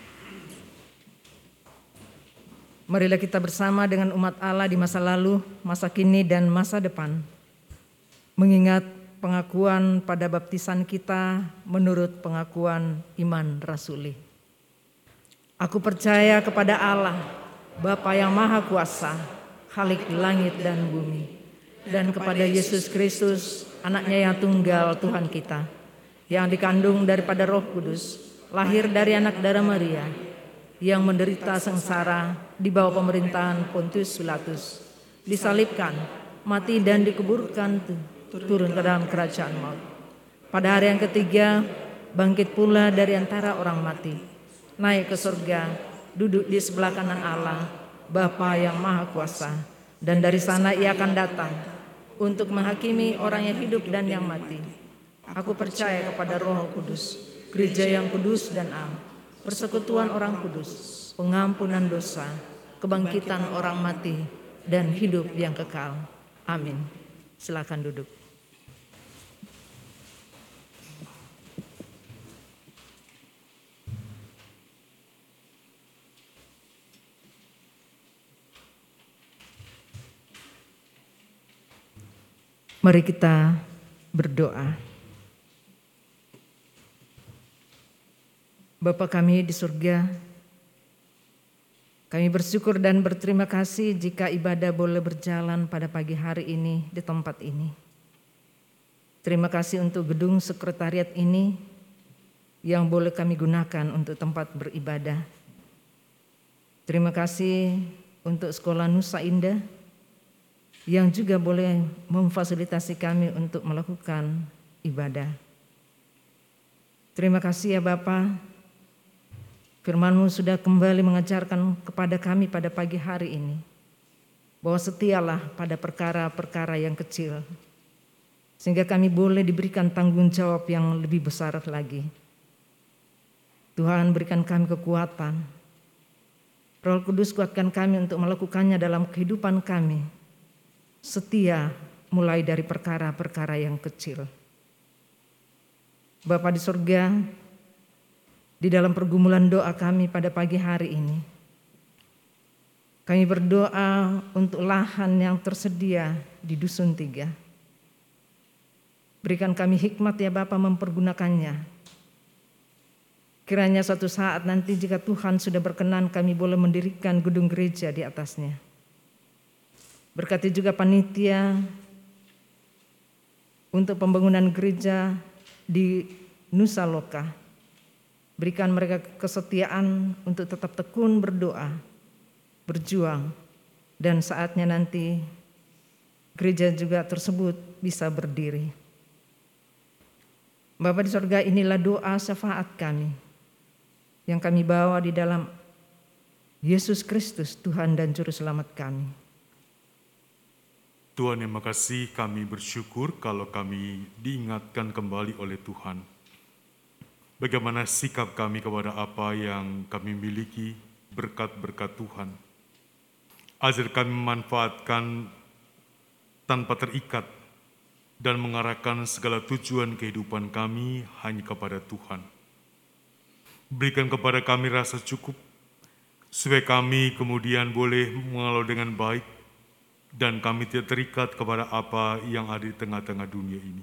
Marilah kita bersama dengan umat Allah di masa lalu, masa kini, dan masa depan, mengingat pengakuan pada baptisan kita menurut pengakuan iman rasuli. Aku percaya kepada Allah, Bapa yang Maha Kuasa, Khalik langit dan bumi, dan kepada Yesus Kristus, anaknya yang tunggal Tuhan kita, yang dikandung daripada Roh Kudus, lahir dari anak darah Maria, yang menderita sengsara di bawah pemerintahan Pontius Pilatus, disalibkan, mati dan dikuburkan, turun ke dalam kerajaan maut. Pada hari yang ketiga, bangkit pula dari antara orang mati, naik ke surga, duduk di sebelah kanan Allah, Bapa yang Maha Kuasa, dan dari sana ia akan datang untuk menghakimi orang yang hidup dan yang mati. Aku percaya kepada Roh Kudus, gereja yang kudus dan am, persekutuan orang kudus, pengampunan dosa, kebangkitan orang mati, dan hidup yang kekal. Amin. Silakan duduk. Mari kita berdoa. Bapa kami di surga, kami bersyukur dan berterima kasih jika ibadah boleh berjalan pada pagi hari ini di tempat ini. Terima kasih untuk gedung sekretariat ini yang boleh kami gunakan untuk tempat beribadah. Terima kasih untuk Sekolah Nusa Indah yang juga boleh memfasilitasi kami untuk melakukan ibadah. Terima kasih ya Bapa. Firman-Mu sudah kembali mengajarkan kepada kami pada pagi hari ini, bahwa setialah pada perkara-perkara yang kecil, sehingga kami boleh diberikan tanggung jawab yang lebih besar lagi. Tuhan berikan kami kekuatan, Roh Kudus kuatkan kami untuk melakukannya dalam kehidupan kami, setia mulai dari perkara-perkara yang kecil. Bapa di surga, di dalam pergumulan doa kami pada pagi hari ini, kami berdoa untuk lahan yang tersedia di Dusun Tiga. Berikan kami hikmat ya Bapa mempergunakannya. Kiranya suatu saat nanti jika Tuhan sudah berkenan kami boleh mendirikan gedung gereja di atasnya. Berkati juga panitia untuk pembangunan gereja di Nusa Loka. Berikan mereka kesetiaan untuk tetap tekun berdoa, berjuang, dan saatnya nanti gereja juga tersebut bisa berdiri. Bapa di surga, inilah doa syafaat kami yang kami bawa di dalam Yesus Kristus, Tuhan dan Juru Selamat kami. Tuhan yang makasih, kami bersyukur kalau kami diingatkan kembali oleh Tuhan. Bagaimana sikap kami kepada apa yang kami miliki, berkat-berkat Tuhan. Ajar kami memanfaatkan tanpa terikat dan mengarahkan segala tujuan kehidupan kami hanya kepada Tuhan. Berikan kepada kami rasa cukup, supaya kami kemudian boleh mengalau dengan baik, dan kami tidak terikat kepada apa yang ada di tengah-tengah dunia ini.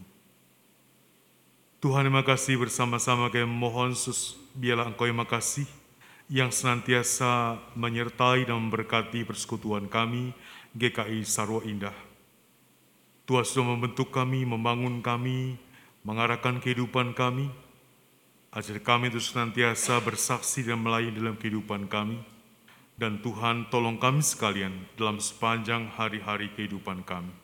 Tuhan, terima kasih bersama-sama kami mohon, sus, biarlah Engkau yang makasih, yang senantiasa menyertai dan memberkati persekutuan kami, G K I Sarwa Indah. Tuhan sudah membentuk kami, membangun kami, mengarahkan kehidupan kami. Ajar kami untuk senantiasa bersaksi dan melayani dalam kehidupan kami. Dan Tuhan, tolong kami sekalian dalam sepanjang hari-hari kehidupan kami.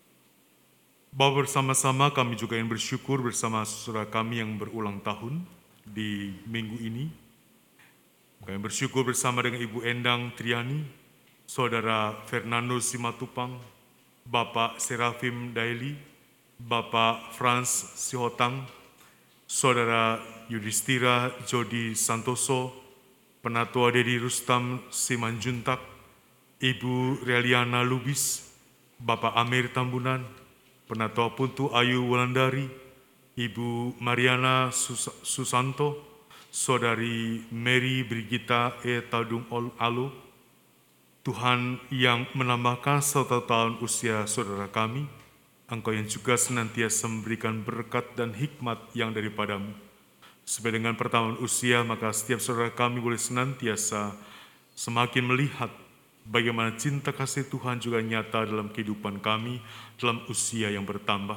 Bahwa bersama-sama kami juga ingin bersyukur bersama saudara kami yang berulang tahun di minggu ini. Kami bersyukur bersama dengan Ibu Endang Triani, Saudara Fernando Simatupang, Bapak Serafim Daily, Bapak Franz Sihotang, Saudara Yudhistira Jody Santoso, Penatua Dedi Rustam Simanjuntak, Ibu Reliana Lubis, Bapak Amir Tambunan, Penatua Puntu Ayu Wulandari, Ibu Mariana Sus Susanto, Saudari Mary Brigita E. Tadung Alo. Tuhan yang menambahkan satu tahun usia saudara kami, Engkau yang juga senantiasa memberikan berkat dan hikmat yang daripadamu. Supaya dengan pertambahan usia, maka setiap saudara kami boleh senantiasa semakin melihat bagaimana cinta kasih Tuhan juga nyata dalam kehidupan kami dalam usia yang bertambah.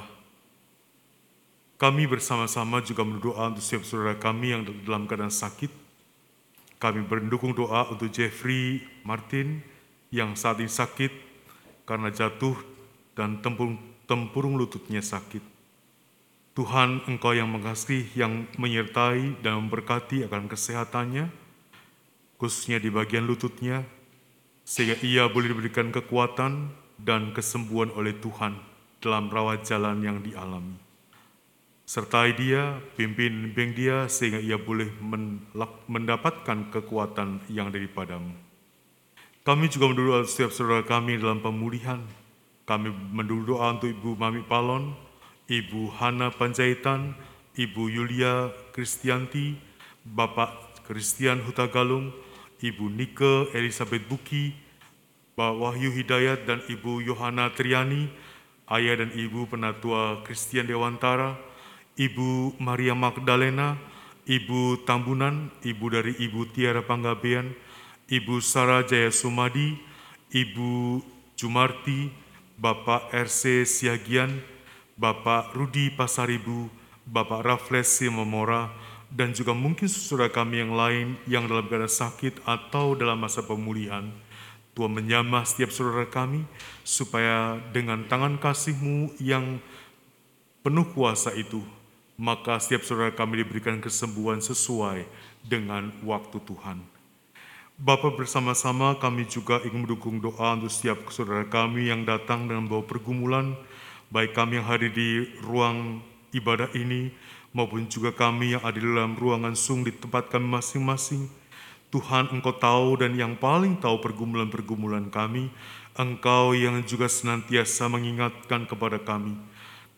Kami bersama-sama juga berdoa untuk setiap saudara kami yang dalam keadaan sakit. Kami mendukung doa untuk Jeffrey Martin yang saat ini sakit karena jatuh dan tempurung, tempurung lututnya sakit. Tuhan, Engkau yang mengasihi, yang menyertai dan memberkati akan kesehatannya, khususnya di bagian lututnya, sehingga ia boleh diberikan kekuatan dan kesembuhan oleh Tuhan dalam rawat jalan yang dialami. Sertai dia, pimpin bimbing dia, sehingga ia boleh mendapatkan kekuatan yang daripadamu. Kami juga mendoa setiap saudara kami dalam pemulihan. Kami mendoa untuk Ibu Mami Palon, Ibu Hana Panjaitan, Ibu Yulia Kristianti, Bapak Christian Hutagalung, Ibu Nike Elizabeth Buki, Bapak Wahyu Hidayat dan Ibu Yohana Triani, Ayah dan Ibu Penatua Christian Dewantara, Ibu Maria Magdalena, Ibu Tambunan, Ibu dari Ibu Tiara Panggabean, Ibu Sarah Jaya Sumadi, Ibu Jumarti, Bapak R C Siagian, Bapak Rudi Pasaribu, Bapak Raffles Simomora, dan juga mungkin saudara kami yang lain yang dalam keadaan sakit atau dalam masa pemulihan. Tuhan menjamah setiap saudara kami, supaya dengan tangan kasih-Mu yang penuh kuasa itu, maka setiap saudara kami diberikan kesembuhan sesuai dengan waktu Tuhan. Bapa, bersama-sama kami juga ingin mendukung doa untuk setiap saudara kami yang datang dengan bawa pergumulan, baik kami yang hadir di ruang ibadah ini, maupun juga kami yang ada di dalam ruangan Zoom di tempat kami masing-masing. Tuhan, Engkau tahu dan yang paling tahu pergumulan-pergumulan kami. Engkau yang juga senantiasa mengingatkan kepada kami.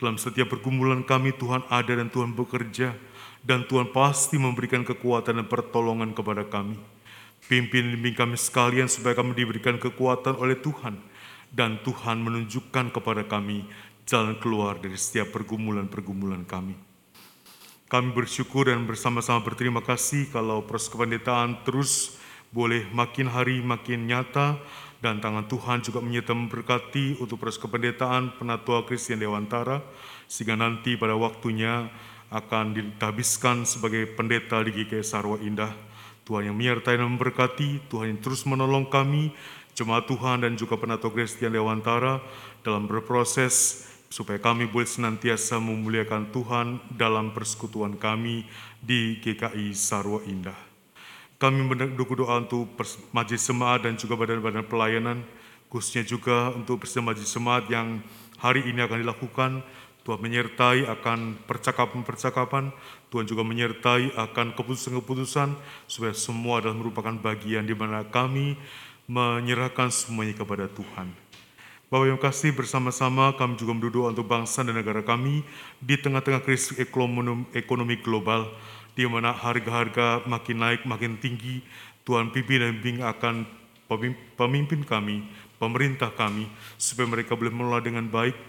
Dalam setiap pergumulan kami, Tuhan ada dan Tuhan bekerja, dan Tuhan pasti memberikan kekuatan dan pertolongan kepada kami. Pimpin bimbing kami sekalian supaya kami diberikan kekuatan oleh Tuhan, dan Tuhan menunjukkan kepada kami jalan keluar dari setiap pergumulan-pergumulan kami. Kami bersyukur dan bersama-sama berterima kasih kalau proses kependetaan terus boleh makin hari makin nyata, dan tangan Tuhan juga menyertai memberkati untuk proses kependetaan Penatua Christian Dewantara, sehingga nanti pada waktunya akan dihabiskan sebagai pendeta di G K I Sarwa Indah. Tuhan yang menyertai dan memberkati, Tuhan yang terus menolong kami, jemaat Tuhan dan juga Penatua Christian Dewantara dalam berproses supaya kami boleh senantiasa memuliakan Tuhan dalam persekutuan kami di G K I Sarwa Indah. Kami mendukung doa untuk majelis jemaat dan juga badan-badan pelayanan, khususnya juga untuk majelis jemaat yang hari ini akan dilakukan. Tuhan menyertai akan percakapan-percakapan, Tuhan juga menyertai akan keputusan-keputusan, supaya semua adalah merupakan bagian di mana kami menyerahkan semuanya kepada Tuhan. Bapak yang kasih, bersama-sama kami juga berdoa untuk bangsa dan negara kami di tengah-tengah krisis ekonomi global, di mana harga-harga makin naik, makin tinggi. Tuhan pimpin dan bimbing akan pemimpin kami, pemerintah kami, supaya mereka boleh mengelola dengan baik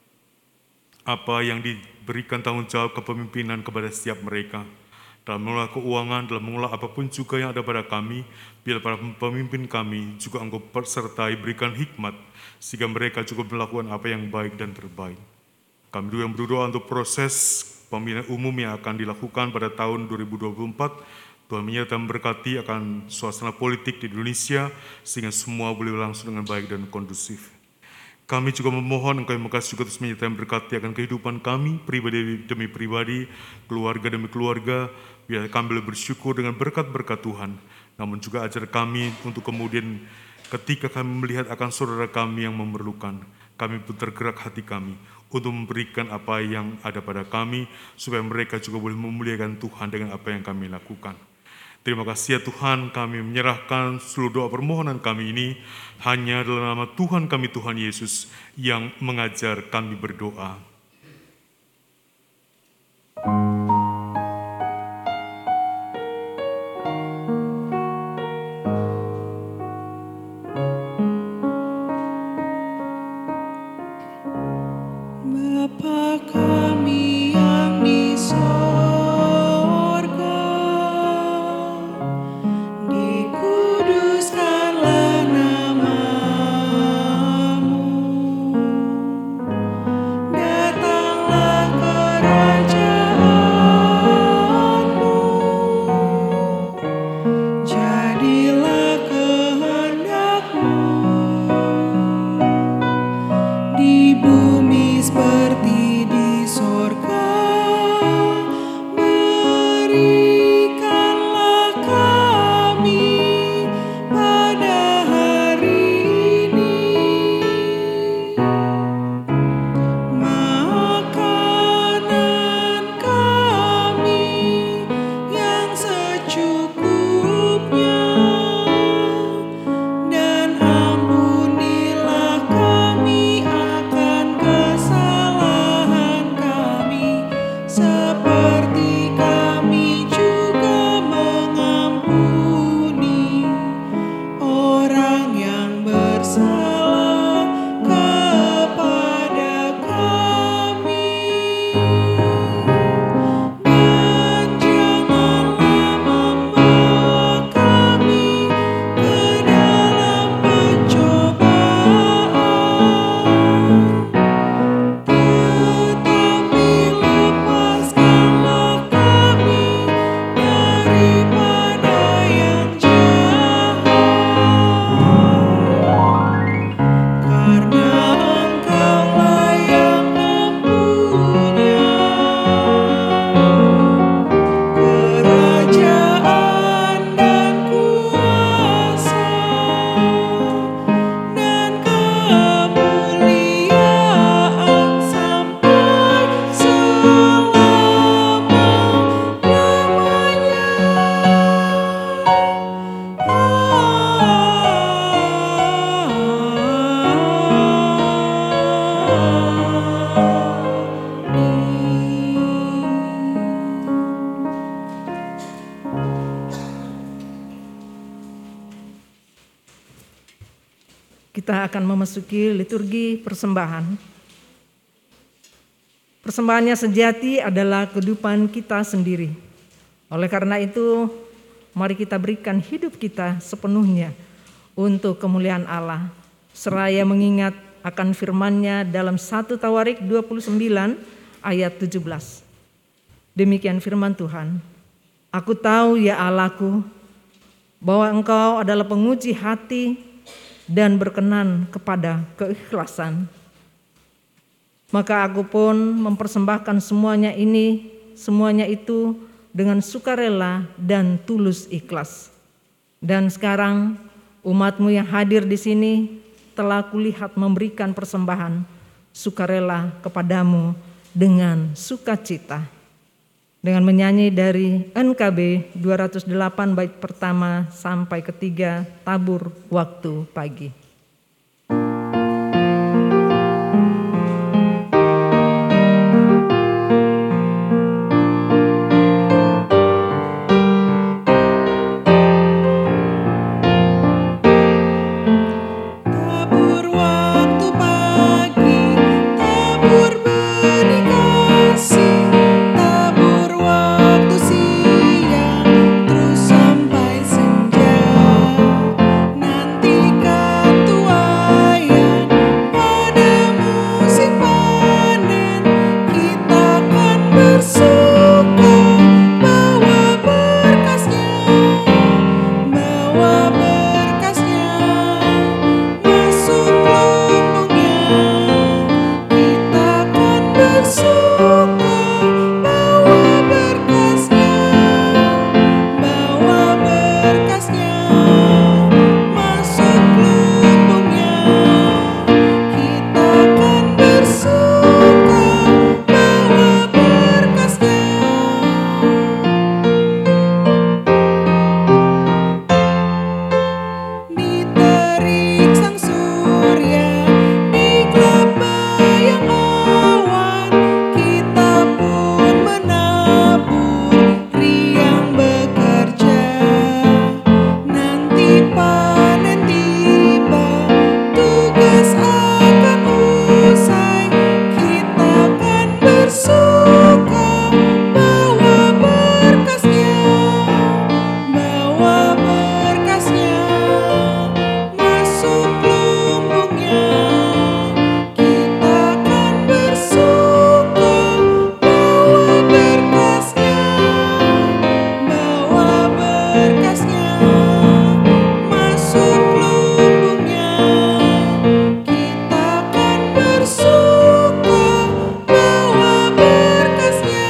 apa yang diberikan tanggung jawab kepemimpinan kepada setiap mereka. Dalam mengelola keuangan, dalam mengelola apapun juga yang ada pada kami, biar para pemimpin kami juga Engkau sertai, berikan hikmat, sehingga mereka juga melakukan apa yang baik dan terbaik. Kami juga berdoa untuk proses pemilihan umum yang akan dilakukan pada tahun dua ribu dua puluh empat. Tuhan menyertai memberkati akan suasana politik di Indonesia, sehingga semua boleh berlangsung dengan baik dan kondusif. Kami juga memohon Engkau yang Maha juga terus menyertai memberkati akan kehidupan kami, pribadi demi pribadi, keluarga demi keluarga, biar kami boleh bersyukur dengan berkat-berkat Tuhan. Namun juga ajar kami untuk kemudian ketika kami melihat akan saudara kami yang memerlukan, kami pun tergerak hati kami untuk memberikan apa yang ada pada kami, supaya mereka juga boleh memuliakan Tuhan dengan apa yang kami lakukan. Terima kasih ya Tuhan, kami menyerahkan seluruh doa permohonan kami ini hanya dalam nama Tuhan kami, Tuhan Yesus, yang mengajar kami berdoa. Bapa kami yang di sorga, dikuduskanlah namamu, kita akan memasuki liturgi persembahan. Persembahannya sejati adalah kehidupan kita sendiri. Oleh karena itu, mari kita berikan hidup kita sepenuhnya untuk kemuliaan Allah, seraya mengingat akan firman-Nya dalam satu Tawarik dua puluh sembilan ayat tujuh belas. Demikian firman Tuhan, aku tahu ya Allahku, bahwa Engkau adalah penguji hati dan berkenan kepada keikhlasan. Maka aku pun mempersembahkan semuanya ini, semuanya itu dengan sukarela dan tulus ikhlas. Dan sekarang umat-Mu yang hadir di sini telah kulihat memberikan persembahan sukarela kepadamu dengan sukacita. Dengan menyanyi dari N K B dua nol delapan bait pertama sampai ketiga, tabur waktu pagi. Tabur waktu pagi, tabur benih kasih, tabur waktu siang, terus sampai senja. Nantikan tuaian pada musim panen, kita akan bersuka bawa berkasnya, bawa berkasnya. Masuk lumbungnya, kita akan bersuka bawa berkasnya, bawa berkasnya. Masuk lumbungnya, kita akan bersuka bawa berkasnya. Diterik sang surya, digelap bayang awan, kita pun menabur, riang bekerja. Nanti panen tiba, tugas akan usai, kita akan bersuka bawa berkasnya, bawa berkasnya. Masuk lumbungnya, kita akan bersuka bawa berkasnya, bawa berkasnya. Masuk lumbungnya, kita akan bersuka bawa berkasnya.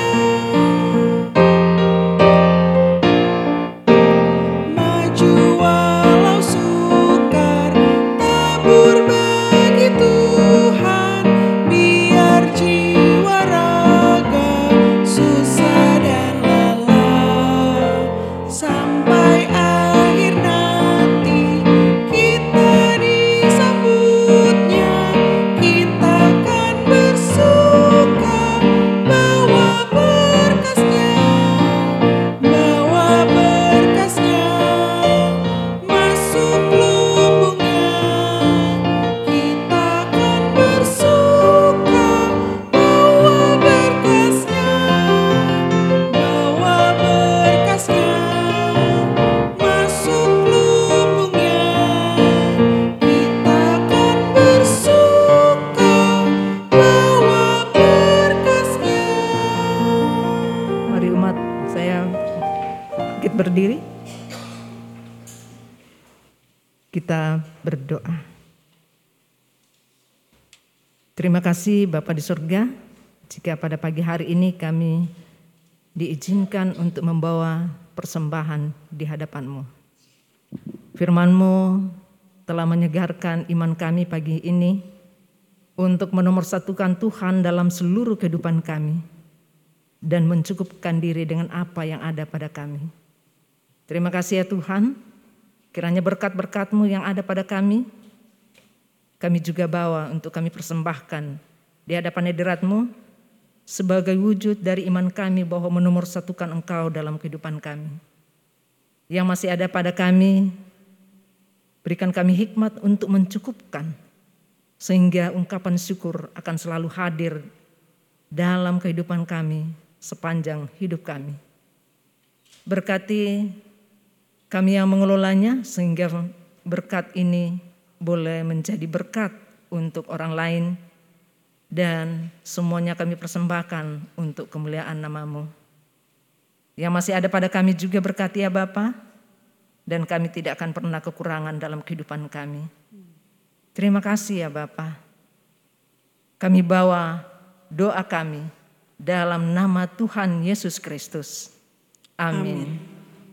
Maju walau sukar, tabur bagi Tuhan, biar jiwa raga susah dan lelah. Sampai akhir nanti kita disambutnya, kita akan bersuka bawa berkasnya, bawa berkasnya. Masuk lumbungnya, kita akan bersuka bawa berkasnya, bawa berkasnya. Masuk lumbungnya, kita akan bersuka bawa berkasnya. Mari umat saya bangkit berdiri. Kita berdoa. Terima kasih Bapa di surga, jika pada pagi hari ini kami diizinkan untuk membawa persembahan di hadapan-Mu. Firman-Mu telah menyegarkan iman kami pagi ini untuk menomorsatukan Tuhan dalam seluruh kehidupan kami dan mencukupkan diri dengan apa yang ada pada kami. Terima kasih ya Tuhan, kiranya berkat-berkat-Mu yang ada pada kami, kami juga bawa untuk kami persembahkan di hadapan hadirat-Mu sebagai wujud dari iman kami bahwa menomorsatukan Engkau dalam kehidupan kami. Yang masih ada pada kami, Berikan kami hikmat untuk mencukupkan, sehingga ungkapan syukur akan selalu hadir dalam kehidupan kami sepanjang hidup kami. Berkati kami yang mengelolanya, sehingga berkat ini boleh menjadi berkat untuk orang lain, dan semuanya kami persembahkan untuk kemuliaan nama-Mu. Yang masih ada pada kami juga berkati ya Bapa, dan kami tidak akan pernah kekurangan dalam kehidupan kami. Terima kasih ya Bapa. Kami bawa doa kami dalam nama Tuhan Yesus Kristus. Amin. Amin.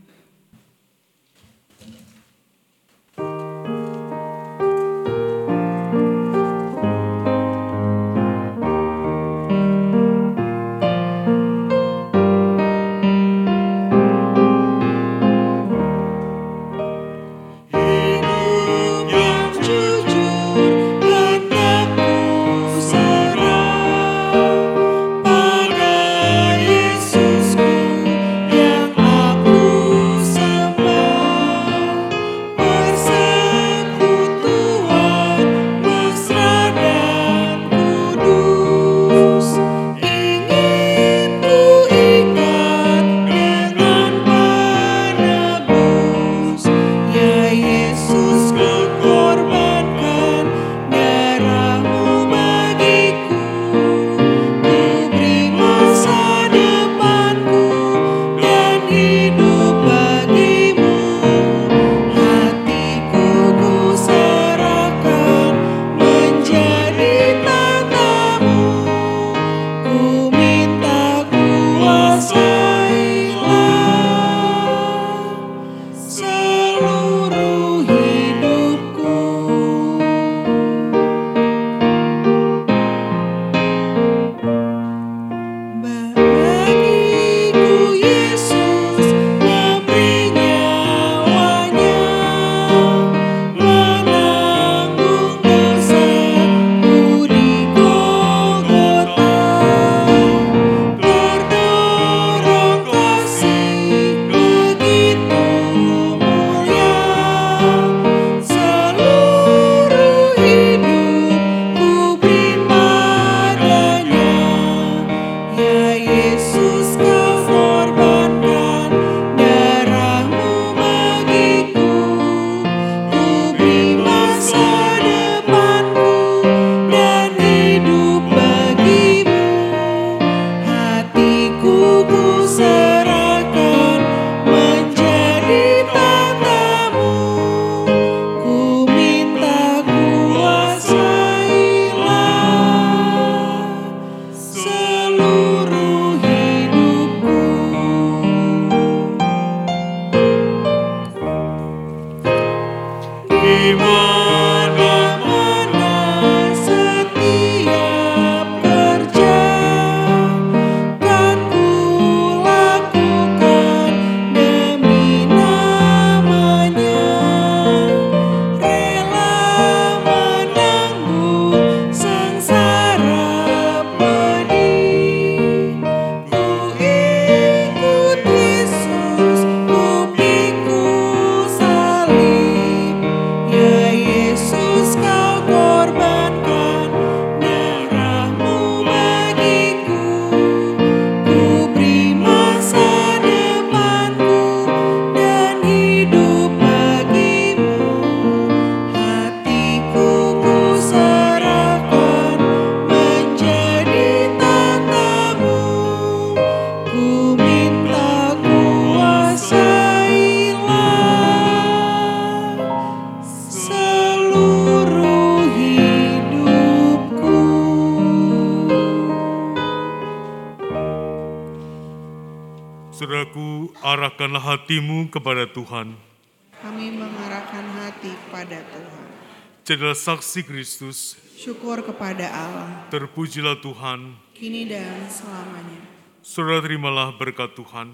Saudaraku, arahkanlah hatimu kepada Tuhan. Kami mengarahkan hati kepada Tuhan. Jadilah saksi Kristus. Syukur kepada Allah. Terpujilah Tuhan. Kini dan selamanya. Saudara, terimalah berkat Tuhan.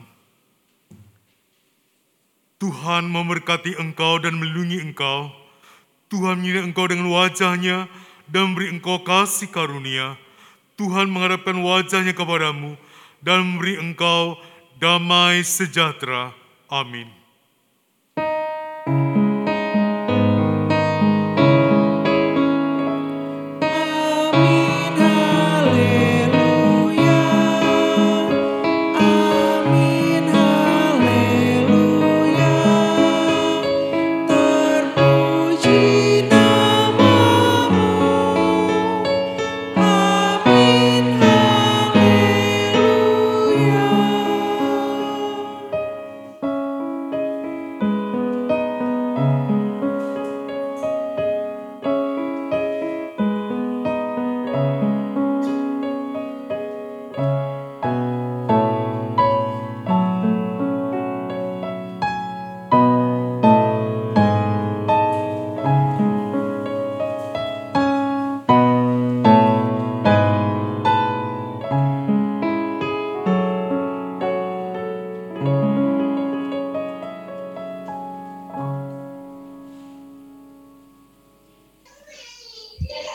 Tuhan memberkati engkau dan melindungi engkau. Tuhan menyinari engkau dengan wajah-Nya dan memberi engkau kasih karunia. Tuhan menghadapkan wajah-Nya kepadamu dan memberi engkau damai sejahtera. Amin.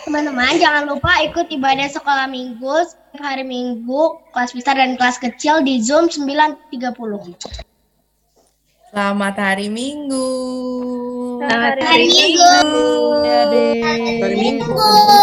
Teman-teman, jangan lupa ikut ibadah sekolah minggu setiap hari Minggu, kelas besar dan kelas kecil di Zoom sembilan tiga puluh. Selamat hari Minggu. Selamat hari Minggu. Hari Minggu.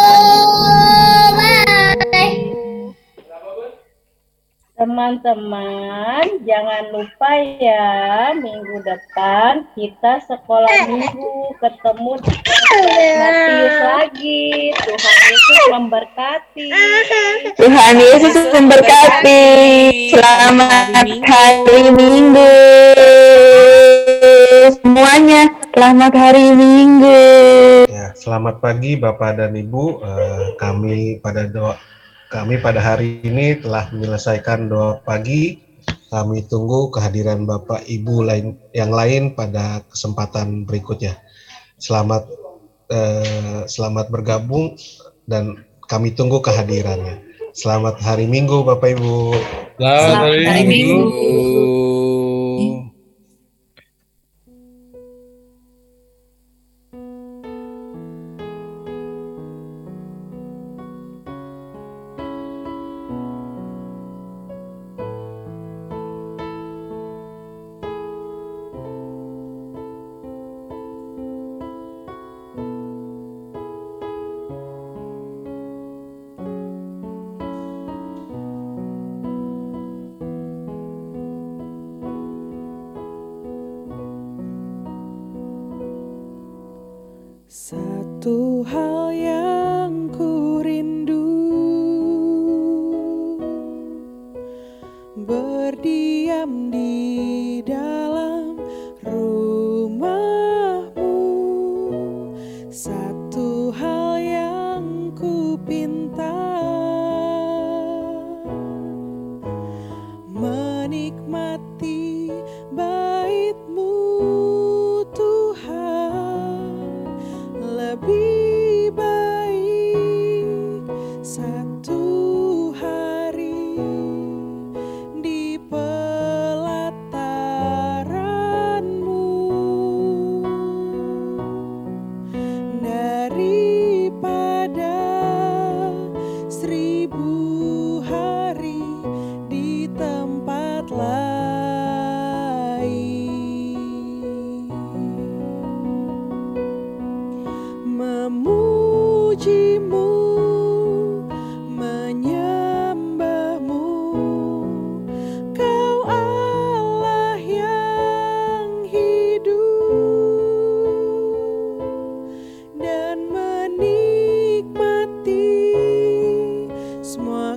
Teman-teman, jangan lupa ya, minggu depan kita sekolah minggu ketemu di Matius lagi. Tuhan Yesus memberkati. Tuhan Yesus memberkati. Selamat hari Minggu semuanya. Selamat hari Minggu. Ya, selamat pagi Bapak dan Ibu. Uh, kami pada doa Kami pada hari ini telah menyelesaikan doa pagi. Kami tunggu kehadiran Bapak Ibu lain yang lain pada kesempatan berikutnya. Selamat eh, selamat bergabung dan kami tunggu kehadirannya. Selamat hari Minggu Bapak Ibu. Selamat hari, hari Minggu. Minggu. Satu hal yang ku rindu, berdiam di dalam rumah-Mu. Satu hal yang ku pinta, menikmati bait-Mu Tuhan. Lebih baik satu hari di pelataran-Mu daripada seribu hari di tempat lain. Memuji-Mu, menyembah-Mu, Kau Allah yang hidup, dan menikmati semua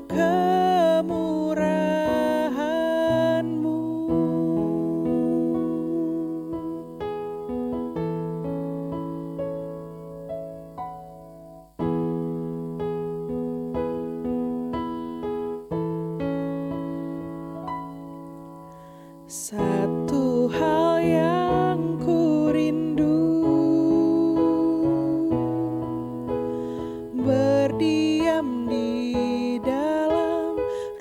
kemurahan-Mu. Satu hal yang ku rindu, berdiam di dalam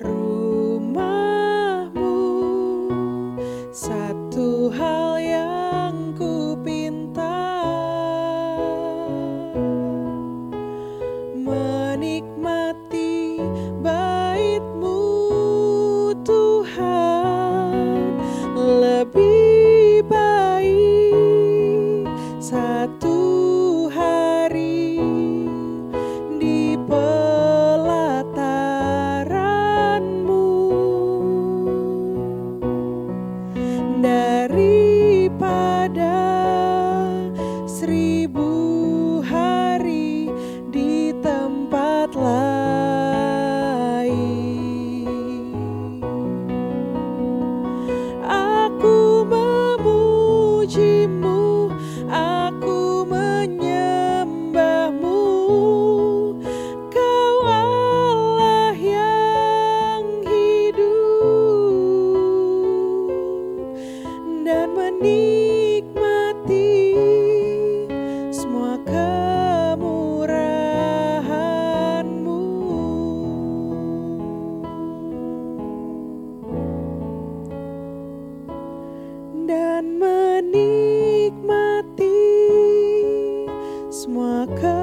rumah-Mu. Satu hal yang ku pinta, menikmati bait-Mu Tuhan. Lebih baik satu hari di pelataran-Mu daripada seribu hari di tempat lain. Aku memuji-Mu, aku menyembah-Mu, Kau Allah yang hidup, dan menikmati semua kemurahan-Mu. Dan menikmati semua ke